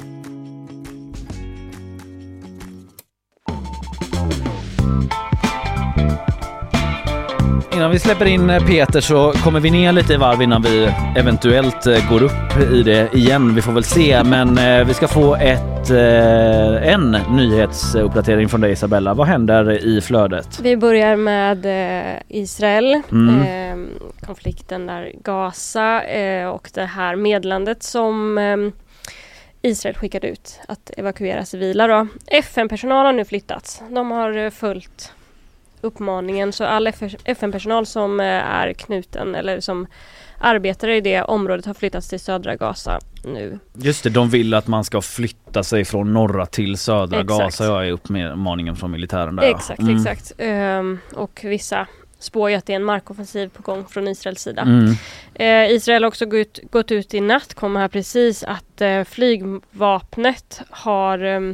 Innan vi släpper in Peter så kommer vi ner lite i varv innan vi eventuellt går upp i det igen. Vi får väl se, men vi ska få en nyhetsuppdatering från dig, Isabella. Vad händer i flödet? Vi börjar med Israel, konflikten där Gaza och det här medlandet som Israel skickade ut att evakuera civila. Då. FN-personal har nu flyttats. De har följt uppmaningen, så all FN-personal som är knuten eller som arbetar i det området har flyttats till södra Gaza nu. Just det, de vill att man ska flytta sig från norra till södra Gaza. Jag är uppmaningen från militären där. Exakt. Och vissa spår ju att det är en markoffensiv på gång från Israels sida. Israel har också gått ut i natt, kommer här precis, att flygvapnet har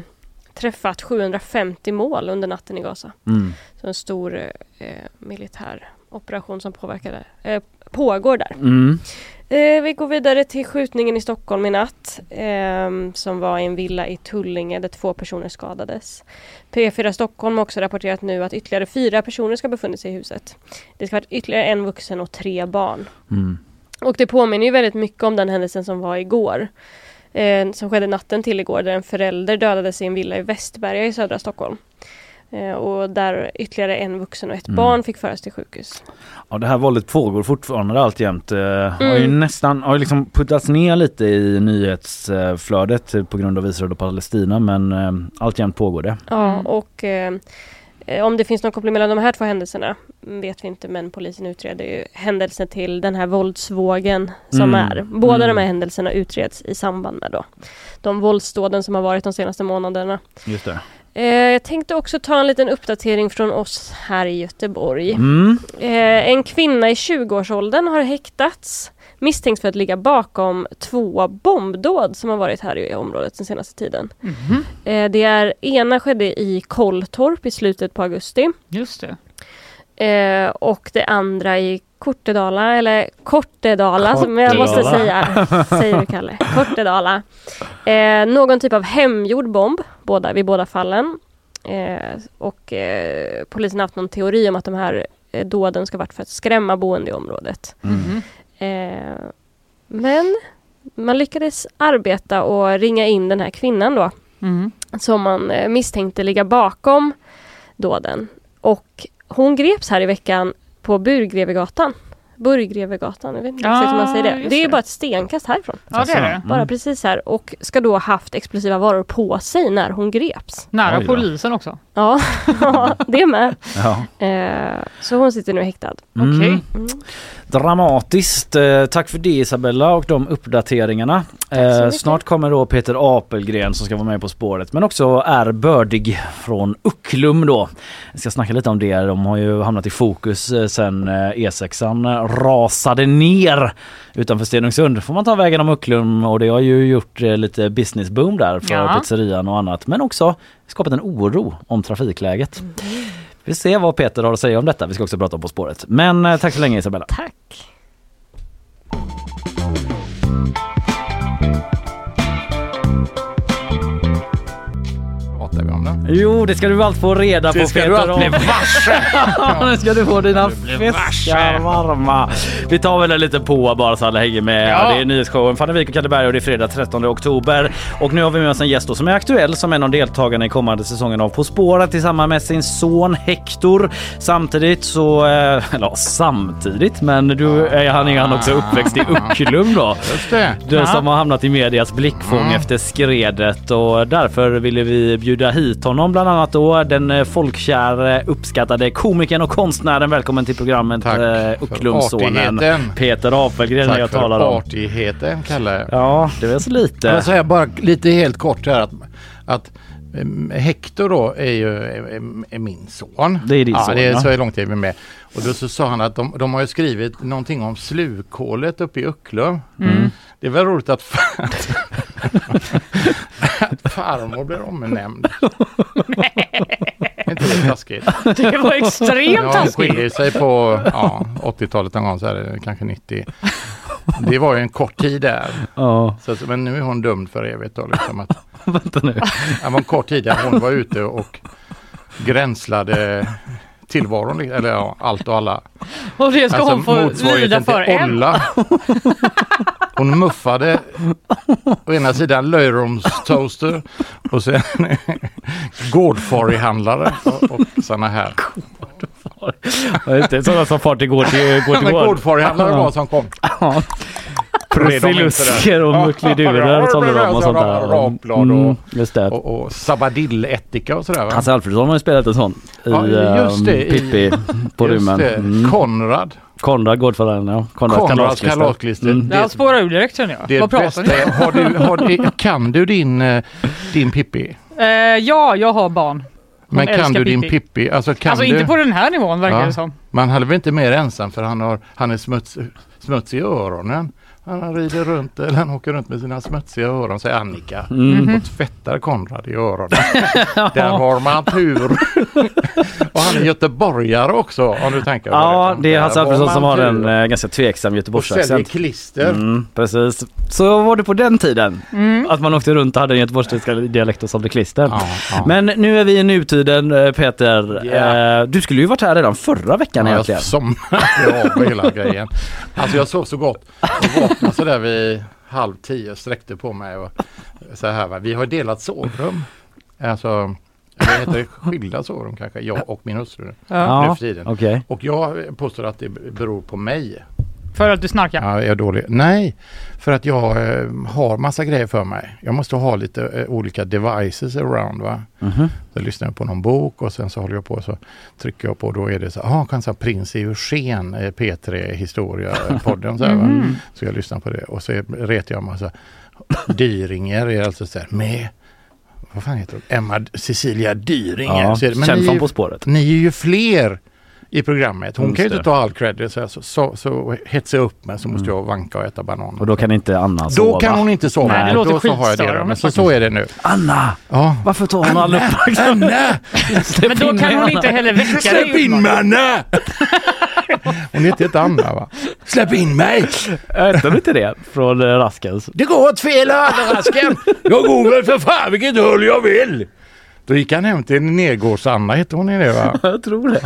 träffat 750 mål under natten i Gaza. Så en stor militär operation som pågår där. Vi går vidare till skjutningen i Stockholm i natt som var i en villa i Tullinge där 2 personer skadades. P4 Stockholm har också rapporterat nu att ytterligare 4 personer ska befunnit sig i huset. Det ska vara ytterligare 1 vuxen och 3 barn. Och det påminner ju väldigt mycket om den händelsen som var igår. Som skedde natten till igår där en förälder dödades i en villa i Västberga i södra Stockholm. Och där ytterligare 1 vuxen och 1 barn fick föras till sjukhus. Ja, det här våldet pågår fortfarande alltjämt. Har ju liksom puttats ner lite i nyhetsflödet på grund av Israel och Palestina, men alltjämt pågår det. Ja, och om det finns någon koppling mellan de här 2 händelserna vet vi inte, men polisen utreder ju händelsen till den här våldsvågen som är. Båda de här händelserna utreds i samband med då de våldsdåden som har varit de senaste månaderna. Just det. Jag tänkte också ta en liten uppdatering från oss här i Göteborg. En kvinna i 20-årsåldern har häktats misstänkt för att ligga bakom 2 bombdåd som har varit här i området den senaste tiden. Det ena skedde i Kolltorp i slutet på augusti. Just det. Och det andra i Kortedala som jag måste säga. Säger du, Kalle. Kortedala. Någon typ av hemgjord bomb vid båda fallen. Och polisen har haft någon teori om att de här dåden ska varit för att skrämma boende i området. Men man lyckades arbeta och ringa in den här kvinnan då. Som man misstänkte ligga bakom dåden. Och hon greps här i veckan på Burgrevegatan, jag vet inte exakt hur man säger det. Det är bara ett stenkast härifrån. Ja, det är det. Bara precis här. Och ska då ha haft explosiva varor på sig när hon greps. Nära polisen också. Ja, det med. Så hon sitter nu häktad. Okej. Dramatiskt. Tack för det, Isabella, och de uppdateringarna. Snart kommer då Peter Apelgren som ska vara med På spåret, men också är Bördig från Ucklum då. Jag ska snacka lite om det. De har ju hamnat i fokus sen E6an rasade ner utanför Stenungsund. Får man ta vägen om Ucklum, och det har ju gjort lite business boom där för pizzerian och annat, men också skapat en oro om trafikläget. Vi ser vad Peter har att säga om detta. Vi ska också prata om På spåret. Men tack så länge, Isabella. Tack. Jo, det ska du allt få reda på, Peter. Nu ska du få dina fiskar varma. Vi tar väl lite på bara så alla hänger med. Ja. Det är nyhetsshowen Fanny Wijk och Kalle Berg och det är fredag 13 oktober. Och nu har vi med oss en gäst då som är aktuell som en av deltagarna i kommande säsongen av På spåret tillsammans med sin son Hector. Samtidigt så, men han är också uppväxt i Ucklum då. Just det. Du som har hamnat i medias blickfång efter skredet, och därför ville vi bjuda hit honom, bland annat då den folkkära, uppskattade komikern och konstnären. Välkommen till programmet Ucklumsonen Peter Apelgren. Tack jag talar om artigheten, Kalle. Ja, det var så lite. Jag säger bara lite helt kort här att Hector då är min son. Det är din son. Det är så långt jag är med. Och då så sa han att de har ju skrivit någonting om slukhålet uppe i Ucklum. Det är väl roligt att farmor blir omnämnd. Inte det taskigt? Det var extremt taskigt. Hon skiljer sig på 80-talet någon gång, så är det kanske 90. Det var ju en kort tid där. Så, men nu är hon dömd för evigt då, liksom att vänta nu. Det var en kort tid där hon var ute och gränslade tillvaron, eller allt och alla. Och det ska hon få lida för Olla. Hon muffade å ena sidan löjromstoaster och sen gårdfarihandlare och såna här. Det är sådana som far till gård till gård. Gårdfarihandlare var som kom. Prussilusker och mucklidurer och sånt där. Rapblad och sabadilletika och sådär. Hans Alfredsson har ju spelat en sån i Pippi på rymmen. Konrad Gårdfarihandlare. Konrads kalasklister. Jag spårar ur direkt, känner jag. Vad pratar ni? Kan du din Pippi? Ja, jag har barn. Men kan du din Pippi? Alltså inte på den här nivån, verkar det som. Man hade väl inte mer ensam för han är smuts i öronen. Han rider runt, eller han åker runt med sina smutsiga öron, säger Annika. Och tvättar Konrad i öronen. Där har man tur. Och han är göteborgare också, om du tänker. Ja, det är Hans Alfredsson som har en ganska tveksam göteborgsaccent. Och säljer klister. Precis. Så var det på den tiden. Att man åkte runt och hade en göteborgska dialekt och sålde klister. Ja. Men nu är vi i nutiden, Peter. Yeah. Du skulle ju varit här redan förra veckan egentligen. Jag somnade av hela grejen. Alltså jag sov så gott. Jag vaknade så där vid 9:30 och sträckte på mig. Och så här, va? Vi har delat sovrum. Alltså, det heter skilda sovrum kanske. Jag och min hustru. Nu för tiden. Okay. Och jag påstår att det beror på mig. För att du snarkar? Ja, jag är dålig. Nej, för att jag har massa grejer för mig. Jag måste ha lite olika devices around, va? Så lyssnar jag på någon bok och sen så håller jag på och så trycker jag på och då är det så kanske Prins Eugen P3 historia-podden så här, va? Så jag lyssnar på det och så retar jag massa Dyringer är alltså så här med vad fan heter det? Emma Cecilia Dyringer. Ja, känd från På spåret. Ni är ju fler i programmet. Hon kan ju inte ta all credit så hetsar jag upp mig så måste jag vanka och äta banan. Och då kan inte Anna sova. Då kan hon inte sova. Nej, det låter då så har jag det. Men så är det nu. Anna! Ja. Varför tar hon all uppmärksamhet? Anna! Men då kan hon inte heller väcka dig. Släpp in mig, Anna! Hon heter inte Anna, va? Släpp in mig! Äter inte det från Raskens? Det går åt fel håll, Rasken! Jag går väl för fan vilket håll jag vill! Då gick han hem till Nergårds Anna, heter hon i det, va? Jag tror det.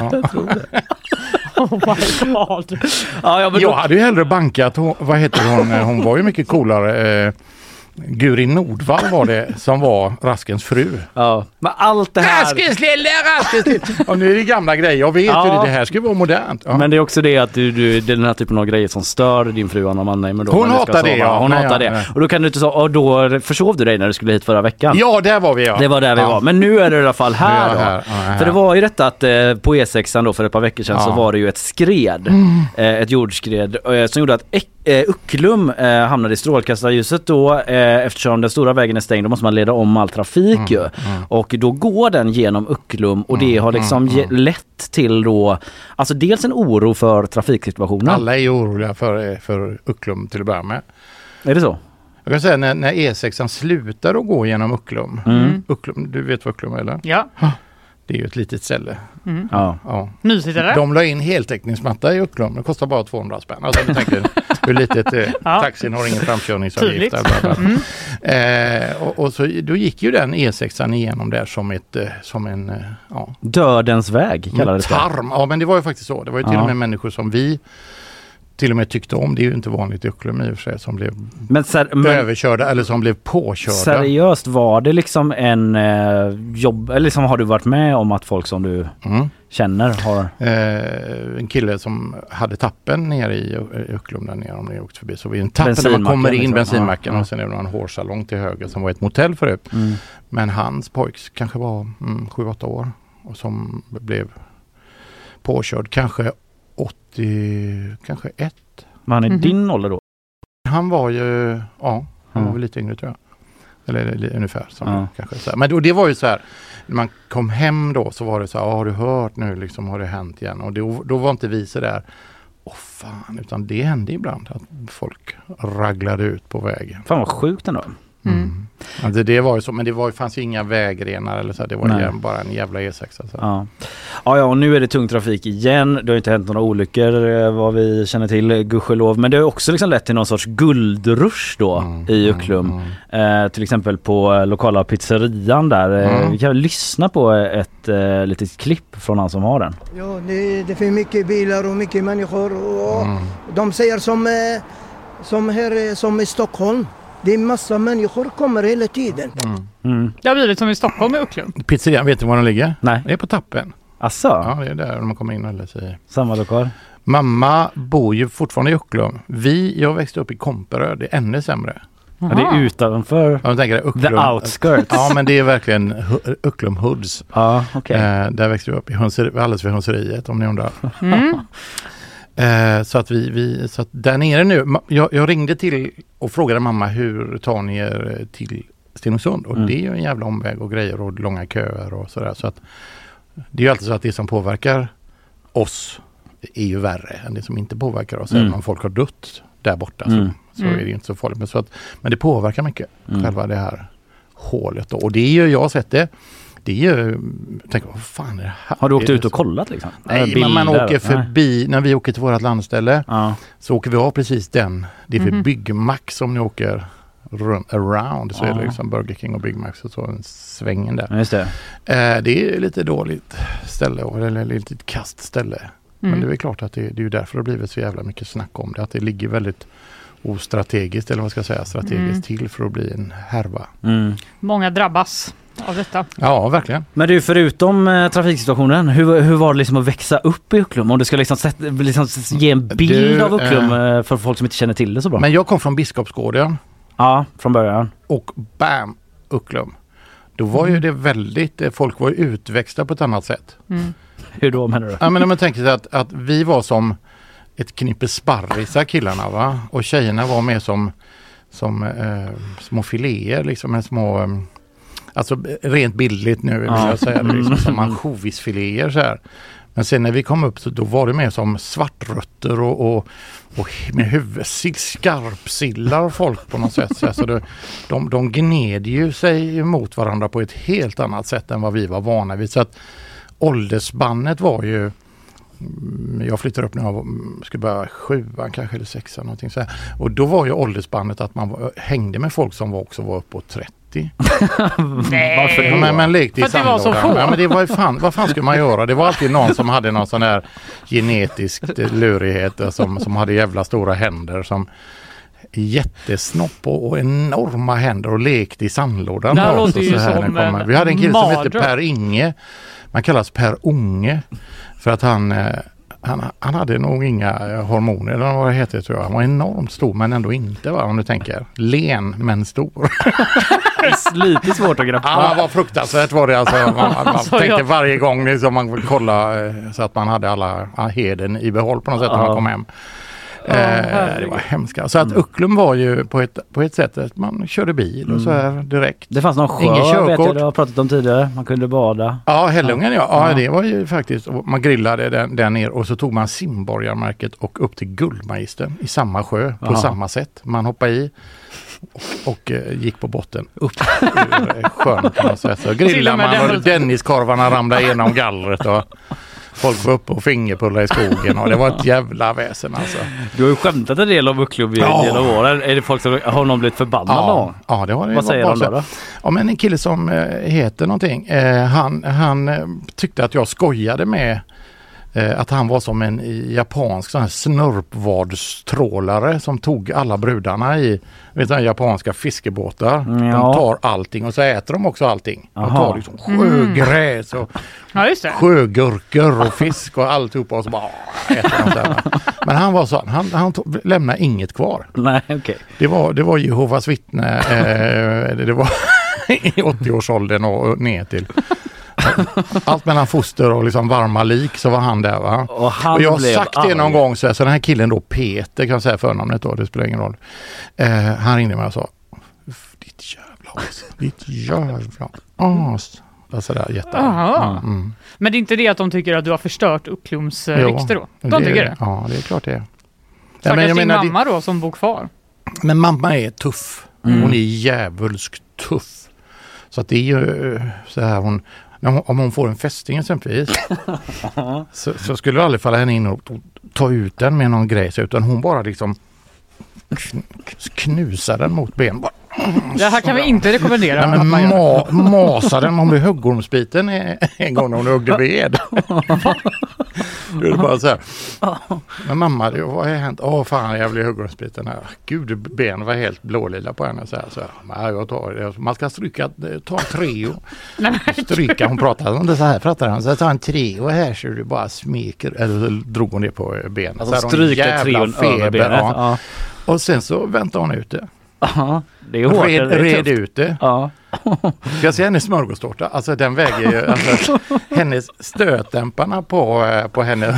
Oh my god. Jag hade ju hellre bankat, vad heter hon? Hon var ju mycket coolare. Gurin Nordvall var det som var Raskens fru. Ja, men allt det här... Raskens lilla! Och nu är det gamla grejer. Jag vet ju det här ska vara modernt. Ja. Men det är också det att du den här typen av grejer som stör din fru Anna Mannheim. Hon hatar det, ja. Hon hatar det. Och då kan du inte och då försov du dig när du skulle hit förra veckan. Ja, där var vi, ja. Det var där vi var. Men nu är det i alla fall här då. Här. För det var ju detta att på E6 då för ett par veckor sedan så var det ju ett skred. Ett jordskred som gjorde att Ucklum hamnade i strålkastarljuset då eftersom den stora vägen är stängd. Då måste man leda om all trafik ju. Och då går den genom Ucklum och det har liksom lett till då alltså dels en oro för trafiksituationen. Alla är ju oroliga för Ucklum till att börja med. Är det så? Jag kan säga när E6 slutar att gå genom Ucklum. Ucklum, du vet vad Ucklum är, eller? Ja. Det är ju ett litet ställe. Ja. Mysigt är det? De la in heltäckningsmatta i Ucklum. Det kostar bara 200 spänn. Alltså du tänker hur litet taxin har ingen framkörningsavgift. Och så då gick ju den E6 igenom där som en dödens väg kallades det. Tarm. Ja, men det var ju faktiskt så. Det var ju till och med människor som vi till och med tyckte om. Det är ju inte vanligt i Ucklum i och för sig som blev överkörda eller som blev påkörda. Seriöst, var det liksom en jobb eller liksom har du varit med om att folk som du känner har en kille som hade tappen nere i Ucklum där nere om ni åkt förbi så vid en tappen där man kommer in liksom. Bensinmacken och sen är det en hårsalong till höger som var ett motell förut. Men hans pojk kanske var 7-8 år och som blev påkörd kanske 81. Men han är din ålder då? Han var ju, han var väl lite yngre tror jag. Eller ungefär som kanske så här. Men det var ju så här, när man kom hem då så var det så här, har du hört nu liksom, har det hänt igen? Och då var inte vi så där, fan, utan det hände ibland att folk raglade ut på vägen. Fan vad sjukt ändå. Alltså det var ju så, men det fanns ju inga vägrenar eller så, det var bara en jävla E6 alltså. Ja, och nu är det tung trafik igen. Det har inte hänt några olyckor vad vi känner till, gudskelov. Men det har också liksom lett till någon sorts guldrush då i Ucklum. Till exempel på lokala pizzerian där. Vi kan lyssna på ett litet klipp från han som har den. Ja, det finns mycket bilar och mycket människor och de säger som i Stockholm. Det är massa människor kommer hela tiden. Det har blivit som i Stockholm i Ucklum. Pizzerian, vet du var den ligger? Nej. Det är på Tappen. Asså? Ja, det är där man kommer in eller säger. Samma lokal. Mamma bor ju fortfarande i Ucklum. Jag växte upp i Komperö. Det är ännu sämre. Ja, det är utanför the outskirts. Ja, men det är verkligen Ucklum Hoods. Ja, okej. Där växte vi upp alldeles vid Hönseriet om ni undrar. Så att så att där nere nu, jag ringde till och frågade mamma hur tar ni er till Stenungsund och det är ju en jävla omväg och grejer och långa köer och sådär, så att det är ju alltid så att det som påverkar oss är ju värre än det som inte påverkar oss, även om folk har dött där borta så är det inte så farligt. Men det påverkar mycket, själva det här hålet då. Och det är ju, jag har sett det. Det är ju, tänk, vad fan är det här? Har du åkt ut och kollat liksom? Nej, men man åker förbi, när vi åker till vårt landställe så åker vi av precis den. Det är för Big Mac som ni åker around, så är det liksom Burger King och Big Mac och så en svängen där. Just det. Det är lite dåligt ställe, eller lite kastställe. Men det är klart att det är ju därför det har blivit så jävla mycket snack om det. Att det ligger väldigt ostrategiskt, eller vad ska jag säga, strategiskt till för att bli en härva. Många drabbas av detta. Ja, verkligen. Men du, förutom trafiksituationen, hur var det liksom att växa upp i Ucklum? Om du ska liksom ge en bild av Ucklum för folk som inte känner till det så bra. Men jag kom från Biskopsgården. Ja, från början. Och bam, Ucklum. Då var ju det väldigt, folk var ju utväxta på ett annat sätt. Hur då menar du? Ja, men om man tänker sig att vi var som ett knippe sparrisar, killarna, va? Och tjejerna var mer som små filéer, liksom små, alltså rent bildligt nu vill jag säga, liksom, som ansjovisfiléer så här. Men sen när vi kom upp så då var det mer som svartrötter och med skarpsillar folk på något sätt. Så de gned ju sig mot varandra på ett helt annat sätt än vad vi var vana vid. Så att åldersbannet var ju, jag flyttade upp när jag skulle börja 7:an kanske eller 6:an någonting så här. Och då var ju åldersbandet att man hängde med folk som också var uppåt 30. Nej. Men lekte i sandlådan. Ja, men det var ju fan, vad fan skulle man göra? Det var alltid någon som hade någon sån där genetisk lurighet som hade jävla stora händer som jättesnopp och enorma händer och lekte i sandlådan. Det låter ju som vi hade en kille som hette Per Inge. Man kallas Per Unge för att han hade nog inga hormoner eller vad det heter, tror jag. Han var enormt stor men ändå inte, va, om du tänker. Len men stor. Lite svårt att greppa. Ja, vad fruktansvärt var det. Alltså, man tänkte varje gång liksom, man kolla så att man hade alla heden i behåll på något sätt när man kom hem. Det var hemskt. Så att Ucklum var ju på ett sätt att man körde bil och så här direkt. Det fanns någon sjö, vet jag, du har pratat om tidigare. Man kunde bada. Ja, Hällungen, ja, det var ju faktiskt, man grillade där ner och så tog man Simborgarmärket och upp till Guldmagistern i samma sjö på samma sätt. Man hoppade i och gick på botten upp ur sjön på något sätt. Så grillade man och Denniskorvarna ramlade igenom gallret och folk var uppe och fingerpullade i skogen och det var ett jävla väsen alltså. Du har ju skämtat en del om Ucklum i del av åren. Är det folk som har någon blivit förbannad då? Ja, det har det. Vad säger de då? Ja, men en kille som heter någonting. Han tyckte att jag skojade med att han var som en japansk sån här snörpvardstrålare som tog alla brudarna i japanska fiskebåtar. De tar allting och så äter de också allting. De tar liksom sjögräs och sjögurkor och fisk och alltihopa och så bara äter de där. Men han var sån, han lämnade inget kvar. Nej, okej. Det var Jehovas vittne, det var i 80-årsåldern och ner till. Allt mellan foster och liksom varma lik så var han där, va? Och jag har sagt det någon gång så den här killen då, Peter kan jag säga förnamnet då, det spelar ingen roll. Han ringde mig och sa ditt jävla as. Alltså där Men det är inte det att de tycker att du har förstört Ucklums rykte då? De tycker det? Ja, det är klart det. Stackars din mamma då som bor kvar. Men mamma är tuff. Hon är jävulskt tuff. Så att det är ju så här om hon får en fästing exempelvis så skulle det aldrig falla henne in och ta ut den med någon grej, utan hon bara liksom knusar den mot ben. Det här kan vi inte rekommendera. Nej, men masa den om du höggormsbiten en gång när hon huggde ved. Då är det bara så här. Men mamma, vad har hänt? Fan, jag blev höggormsbiten här. Gud, ben var helt blålila på henne. Så här. Jag tar det. Man ska ta en Treo. Stryka, hon pratade om det så här. Pratade han. Så ta en Treo här så du bara smeker. Eller så drog hon det på benet. Alltså stryka Treon över benet. Ja. Och sen så väntar hon ut det. Det är hårt. Red ut det. Ja. Ska jag säga hennes smörgåstårta? Alltså den väger ju, alltså, hennes stötdämparna på henne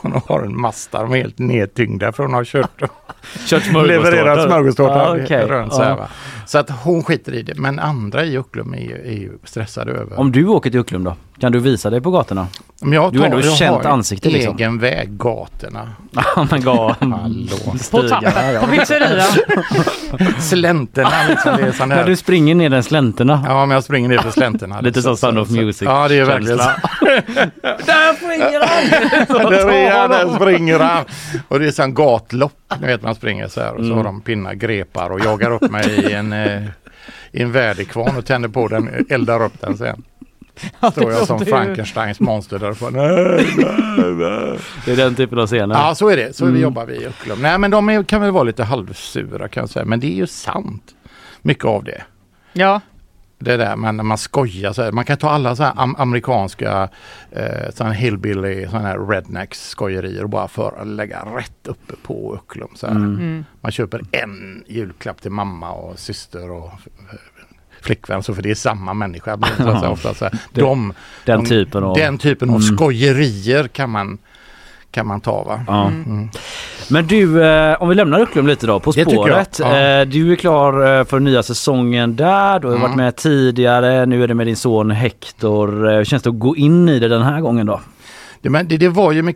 hon har en masta, de är helt nedtyngda från att ha kört levererat smörgåstårta runt så här, Ja. va. Så att hon skiter i det, men andra i Ucklum är ju stressade över. Om du åker till Ucklum då, kan du visa dig på gatorna? Men jag du är ändå känt ansikte egen liksom. väg gatorna. Ja, men På tappet, på pizzeria. Slänterna liksom, det är sån här. När du springer ner den slänterna. Ja, men jag springer ner för slänterna. Lite som Sound of Music. Ja, det är verkligen så. Där springer han! Där springer han! Och det är sån gatlopp. Ni vet, man springer så här och så har de pinnar, grepar och jagar upp mig i en väderkvarn och tänder på den, eldar upp den sen. Står jag som Frankensteins monster där på. Nej. Det är den typen av scener. Ja, så är det. Så jobbar vi i Ucklum. Nej, men de kan väl vara lite halvsura kan jag säga. Men det är ju sant. Mycket av det. Ja. Det där, men när man skojar så här, man kan ta alla så här amerikanska sådana hillbilly, sådana här rednecks skojerier och bara för att lägga rätt uppe på Ucklum så här. Man köper en julklapp till mamma och syster och flickvän, så för det är samma människa. Så ofta, så här. Den typen av skojerier kan man ta, va? Ja. Men du, om vi lämnar Ucklum lite då, På spåret. Ja. Du är klar för nya säsongen där. Du har varit med tidigare. Nu är det med din son Hector. Hur känns det att gå in i det den här gången då? Det var ju med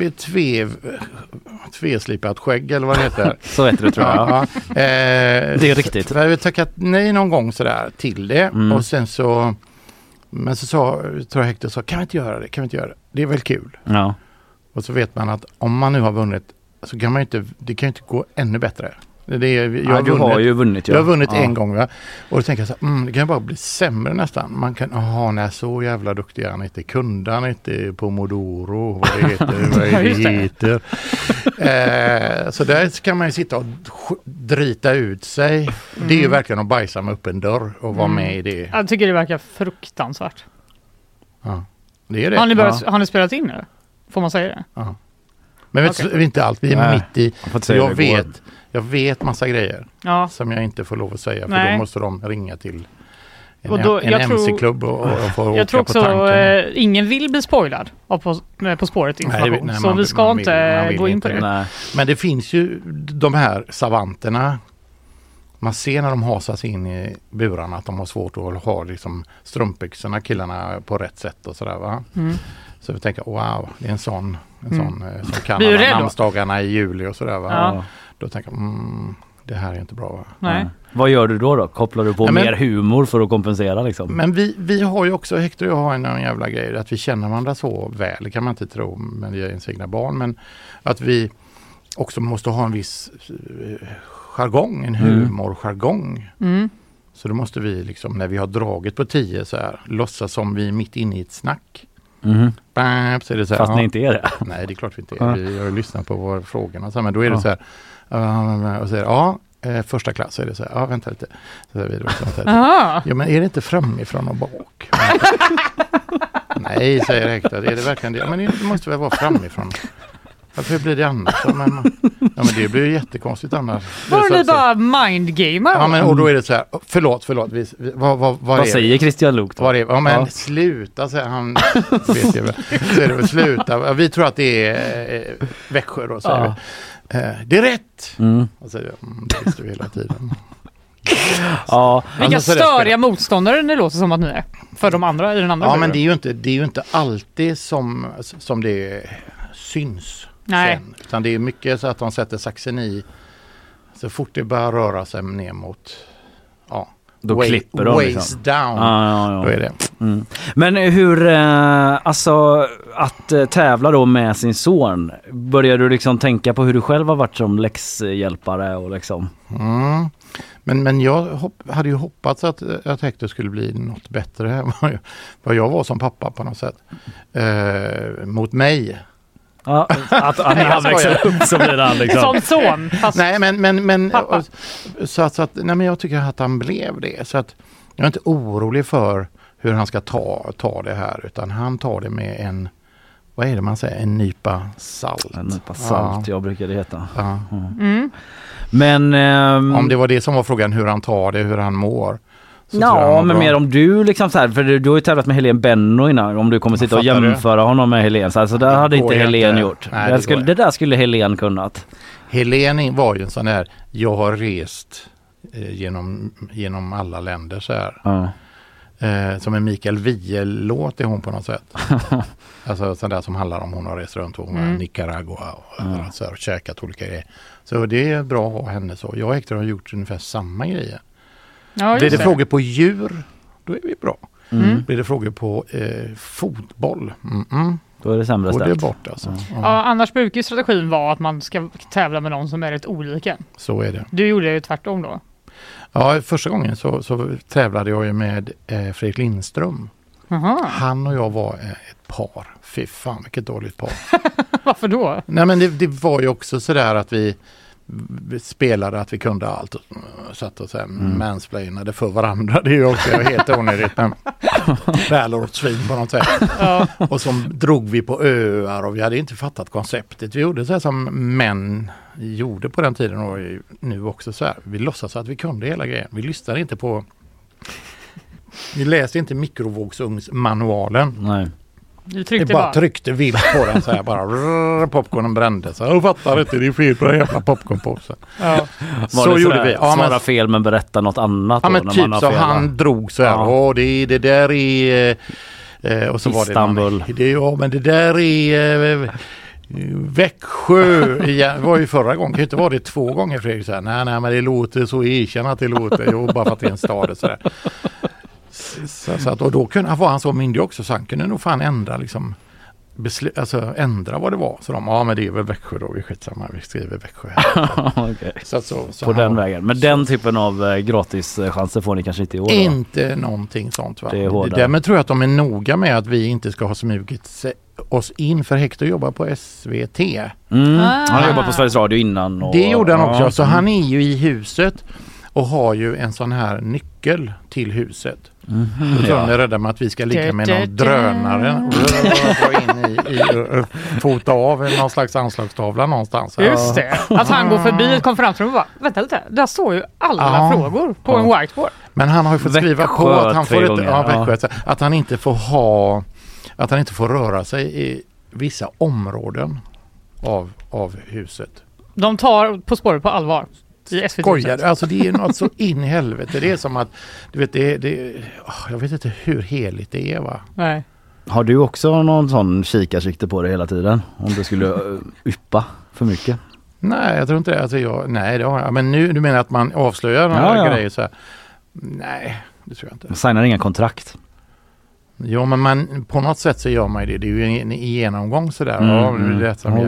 tveslipat skägg eller vad det heter. Så heter det, tror jag. Ja. Det är riktigt. Jag har tackat nej någon gång sådär till det. Och sen så, men så tror jag Hector sa, kan vi inte göra det? Det är väl kul. Ja. Och så vet man att om man nu har vunnit så kan man inte, det kan inte gå ännu bättre. Du har ju vunnit. Jag har vunnit en gång, va? Och då tänker jag så här, det kan ju bara bli sämre nästan. Man kan, nej, så jävla duktig han inte. Kunde han inte Pomodoro, vad det heter. Så där kan man ju sitta och drita ut sig. Det är ju verkligen att bajsa med öppen dörr och vara med i det. Jag tycker det verkar fruktansvärt. Ja, det är det. Har ni spelat in det? Får man säga det? Ja. Men vet du, inte allt. Vi är mitt i. Jag vet massa grejer som jag inte får lov att säga. För då måste de ringa till en MC-klubb och få åka jag tror också på tanken. Ingen vill bli spoilad av På spåret information. Nej, så vi ska inte gå in på det. Nej. Men det finns ju de här savanterna. Man ser när de hasas in i burarna att de har svårt att ha liksom strumpbyxorna, killarna på rätt sätt och sådär, va? Så vi tänker, wow, det är en sån som kan alla namnsdagarna i juli och sådär, va? Ja. Då tänker jag, det här är inte bra, va? Nej. Vad gör du då? Kopplar du på mer humor för att kompensera liksom? Men vi har ju också, Hector och jag har en jävla grej, att vi känner varandra så väl, det kan man inte tro, men vi är ens egna barn, men att vi också måste ha en viss jargong, en humorjargong. Så då måste vi liksom, när vi har dragit på 10 så här, låtsas som vi är mitt inne i ett snack. Så är det så här, fast ni inte är det. Nej, det är klart vi inte är. Vi har ju lyssnat på våra frågorna. Så här, men då är det så här, och säger första klass, så är det så här, vänta lite. Så här, ja, men är det inte framifrån och bak? Nej, säger Hector, är det verkligen det? Ja, men det måste väl vara framifrån. Hur blir det annars? Men det blir ju jättekonstigt annars. Var det bara mindgamer? Ja, men och då är det så här, förlåt. Vad säger Christian Luuk då? Sluta, säger han. Vet jag väl. Så är det väl sluta. Vi tror att det är Växjö då, säger vi. Det är rätt! Och så det visste vi hela tiden. Vilka störiga motståndare det låter som att ni är. För de andra i den andra. Ja, men det är ju inte alltid som det syns. Nej. Sen, utan det är mycket så att de sätter saxen i så fort det börjar röra sig ner mot då klipper de waist liksom. Down. Då är det. Men hur alltså att tävla då med sin son, börjar du liksom tänka på hur du själv har varit som läxhjälpare och liksom? Men jag hade ju hoppats att Hector skulle bli något bättre än vad jag var som pappa på något sätt mot mig. Ja, att han växer upp så blir han liksom. Som son. Nej, men så att nej, men jag tycker att han blev det. Så att jag är inte orolig för hur han ska ta det här, utan han tar det med en, vad är det man säger, en nypa salt. En nypa salt, jag brukar det heta. Ja. Men om det var det som var frågan, hur han tar det, hur han mår, Ja, men mer om du liksom så här, för du har ju tävlat med Helene Benno innan, om du kommer sitta och jämföra honom med Helene, så alltså, det hade inte Helene gjort. Nej, det där skulle Helene kunnat. Helene var ju en sån där, jag har rest genom alla länder så här. Ja. Som en Mikael Wiehe-låt är hon på något sätt. Alltså sån där som handlar om hon har rest runt och Nicaragua och så här, och käkat olika grejer. Så det är bra att ha henne så. Jag och Hector har gjort ungefär samma grejer. Ja, blir det frågor på djur, då är vi bra. Blir det frågor på fotboll, då är det sämre ställt. Och det är bort alltså. Ja, annars brukar ju strategin vara att man ska tävla med någon som är rätt olika. Så är det. Du gjorde ju tvärtom då. Ja, första gången så tävlade jag ju med Fredrik Lindström. Aha. Han och jag var ett par. Fy fan, vilket dåligt par. Varför då? Nej, men det var ju också sådär att vi spelade att vi kunde allt och satt och mansplainade för varandra. Det är ju också helt onödigt, men pärlor och svin på något sätt. Ja. Och så drog vi på öar och vi hade inte fattat konceptet. Vi gjorde så här som män gjorde på den tiden och nu också så här. Vi låtsas att vi kunde hela grejen. Vi lyssnade inte på... Vi läste inte mikrovågsugnsmanualen. Nej. Vi bara tryckte vilt på den så här, bara popcornen brände. Så jag fattar inte, det är fel på den jävla popcornpåsen. Ja. Så gjorde vi. Ja, svara fel men berätta något annat. Ja, men då, typ så han drog så här, ja. Det där är... och så Istanbul. Var det ja, men det där är... Växjö igen. Det var ju förra gången. Inte var det 2 gånger Fredrik så här, nej men det låter så, erkänna att det låter. Jo, bara för att det är en stad och så där. Så att, och då var han så myndig också, så han kunde nog fan ändra liksom ändra vad det var. Så men det är väl Växjö då, vi skitsamma, vi skriver Växjö här. Okay. så på den vägen. Men den typen av gratis chanser får ni kanske inte i år? Inte någonting sånt, va? Det är hårdare. Därmed tror jag att de är noga med att vi inte ska ha smugit oss in, för Hector jobbar på SVT. Han har jobbat på Sveriges Radio innan. Och, det gjorde han också, så han är ju i huset och har ju en sån här nyckel till huset. Då tror han är rädda med att vi ska ligga med någon drönare och in i fota av någon slags anslagstavla någonstans. Just det, att han går förbi ett konferensrum och bara, vänta lite, där står ju alla frågor på en whiteboard. Men han har ju fått skriva på att han får att han inte får röra sig i vissa områden av huset. De tar På spåret på allvar. Skojar, alltså det är något så in i helvete. Det är som att, du vet, jag vet inte hur heligt det är, va? Nej. Har du också någon sån kikarsikte på det hela tiden? Om du skulle yppa för mycket? Nej, jag tror inte det. Alltså det har jag. Men nu, du menar att man avslöjar några grejer så här? Nej, det tror jag inte. Man signar inga kontrakt? Jo, men man, på något sätt så gör man det. Det är ju en genomgång sådär. Det är rätt som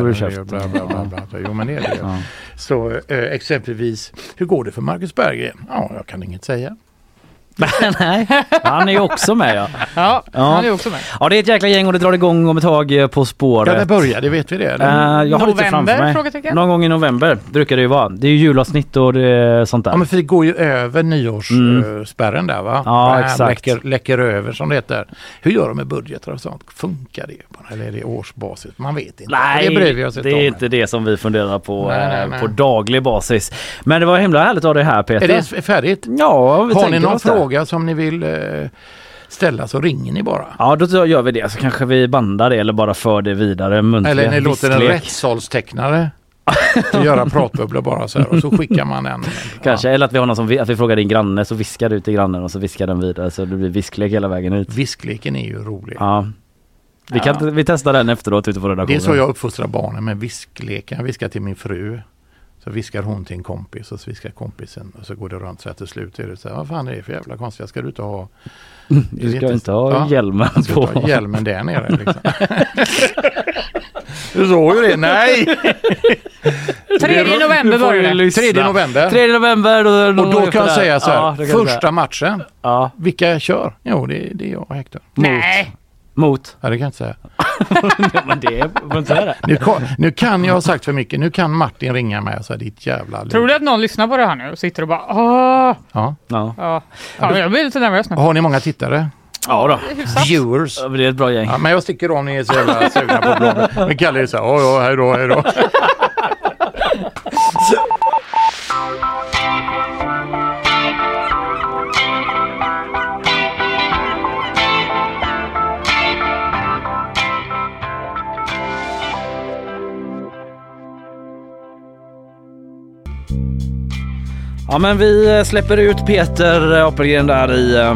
Jo, men det är det. Ja. Så exempelvis, hur går det för Marcus Berggren? Ja, jag kan inget säga. Nej, han är ju också med. Ja, han är också med. Ja, det är ett jäkla gäng och det drar igång om ett tag På spåret. Kan det börja? Det vet vi det. Jag har lite framför mig. Någon gång i november brukar det ju vara. Det är ju julavsnitt och sånt där. Ja, men för det går ju över nyårsspärren där, va? Ja, exakt. Läcker över som det heter. Hur gör de med budgetar och sånt? Funkar det? Eller är det årsbasis? Man vet inte. Nej, det är inte det som vi funderar på på daglig basis. Men det var himla härligt av det här, Peter. Är det färdigt? Ja, vi har ni någon fråga som ni vill ställa, så ringer ni bara. Ja, då gör vi det. Så kanske vi bandar det eller bara för det vidare muntliga. Eller ni låter en rättssalstecknare göra pratbubblor bara så här, och så skickar man en. Kanske, eller att vi har någon att vi frågar din granne, så viskar du ut till grannen och så viskar den vidare, så det blir visklek hela vägen ut. Viskleken är ju rolig. Ja. Vi testar den efteråt ute på redaktionen. Det är så jag uppfostrar barnen med viskleken. Jag viskar till min fru. Så viskar hon till en kompis och så viskar kompisen och så går det runt så att till slut är det så här, vad fan är det för jävla konstigt? Ska du inte ha... Du ska inte ha hjälmen på. Du ska inte ha hjälmen där nere liksom. Du såg ju det, nej! 3 november börjar det. 3 november. 3 november. Och då kan jag säga så här, första matchen, vilka kör? Jo, det är jag och Hector. Nej! Mot? Ja, det kan jag inte säga. Men det är inte det. Nu kan jag ha sagt för mycket. Nu kan Martin ringa mig och säga ditt jävla liv. Tror du att någon lyssnar på det här nu och sitter och bara Ja. Jag blir lite nervös nu. Har ni många tittare? Ja då. Viewers. Ja, det är ett bra gäng. Ja, men jag sticker om ni är så jävla sugna på bloggen. Men Kalle är så här, hej då. Ja, men vi släpper ut Peter Apelgren där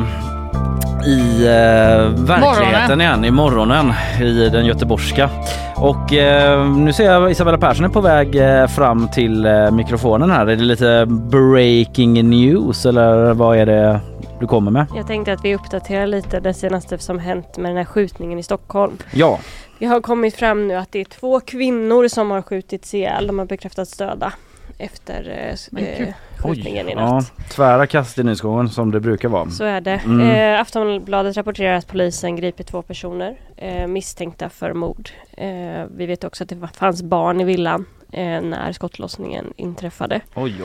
i verkligheten igen, i morgonen i den göteborgska. Och nu ser jag Isabella Persson är på väg fram till mikrofonen här. Är det lite breaking news eller vad är det du kommer med? Jag tänkte att vi uppdaterar lite det senaste som hänt med den här skjutningen i Stockholm. Ja. Vi har kommit fram nu att det är 2 kvinnor som har skjutits ihjäl. De har bekräftats döda efter skjutningen i natt. Ja, tvära kast i nyskåren som det brukar vara. Så är det. Aftonbladet rapporterar att polisen gripit 2 personer misstänkta för mord. Vi vet också att det fanns barn i villan när skottlossningen inträffade. Oj.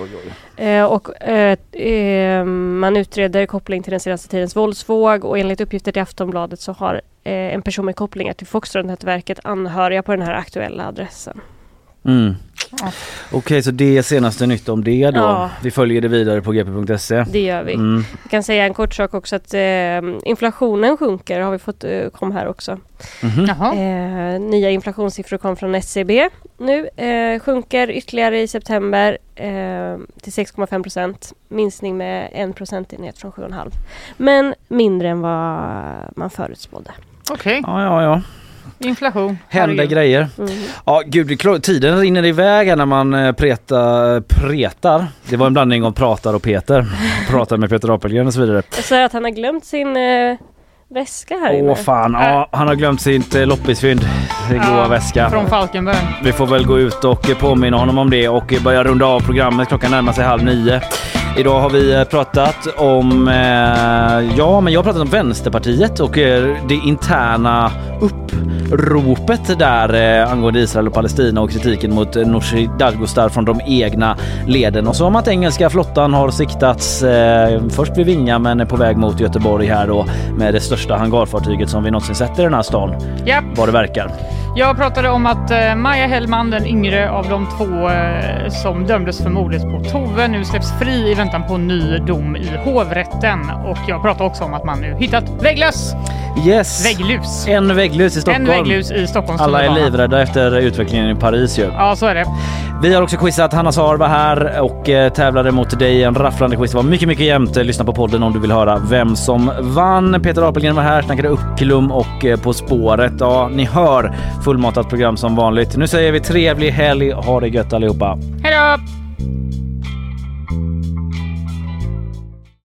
Man utreder koppling till den senaste tidens våldsvåg och enligt uppgifter till Aftonbladet så har en person med kopplingar till Foxtrot-nätverket anhöriga på den här aktuella adressen. Ja. Okej, så det är senaste nytt om det då. Ja. Vi följer det vidare på gp.se. Det gör vi. Jag kan säga en kort sak också att inflationen sjunker har vi fått kom här också. Nya inflationssiffror kom från SCB nu. Sjunker ytterligare i september till 6,5%. Minskning med 1 procentenhet från 7,5. Men mindre än vad man förutspådde. Okej. Ja. Inflation. Händer grejer. Ja, gud, tiden rinner iväg när man pretar. Det var en blandning av pratar och Peter. Pratar med Peter Apelgren och så vidare. Jag säger att han har glömt sin väska här inne. Fan. Ja, han har glömt sitt loppisfynd. Sin goda väska. Från Falkenberg. Vi får väl gå ut och påminna honom om det och börja runda av programmet. Klockan närmar sig 8:30. Idag har vi pratat om jag har pratat om Vänsterpartiet och det interna uppropet där angående Israel och Palestina och kritiken mot Nooshi Dadgostar från de egna leden. Och så om att engelska flottan har siktats först vid Vinga men är på väg mot Göteborg här då med det största hangarfartyget som vi någonsin sett i den här stan. Yep. Vad det verkar. Jag pratade om att Maja Hellman, den yngre av de 2 som dömdes för mordet på Tove, nu släpps fri i väntan på ny dom i hovrätten. Och jag pratade också om att man nu hittat vägglös. Yes. Vägglus. En vägglus i Stockholm. En vägglus i Stockholm. Alla är livrädda efter utvecklingen i Paris ju. Ja, så är det. Vi har också quizat. Hanna Sar var här och tävlade mot dig. En rafflande quiz. Det var mycket jämnt. Lyssna på podden om du vill höra vem som vann. Peter Apelgren var här, snackade Uppklum och På spåret. Ja, ni hör fullmatat program som vanligt. Nu säger vi trevlig helg. Ha det gött allihopa. Hej då!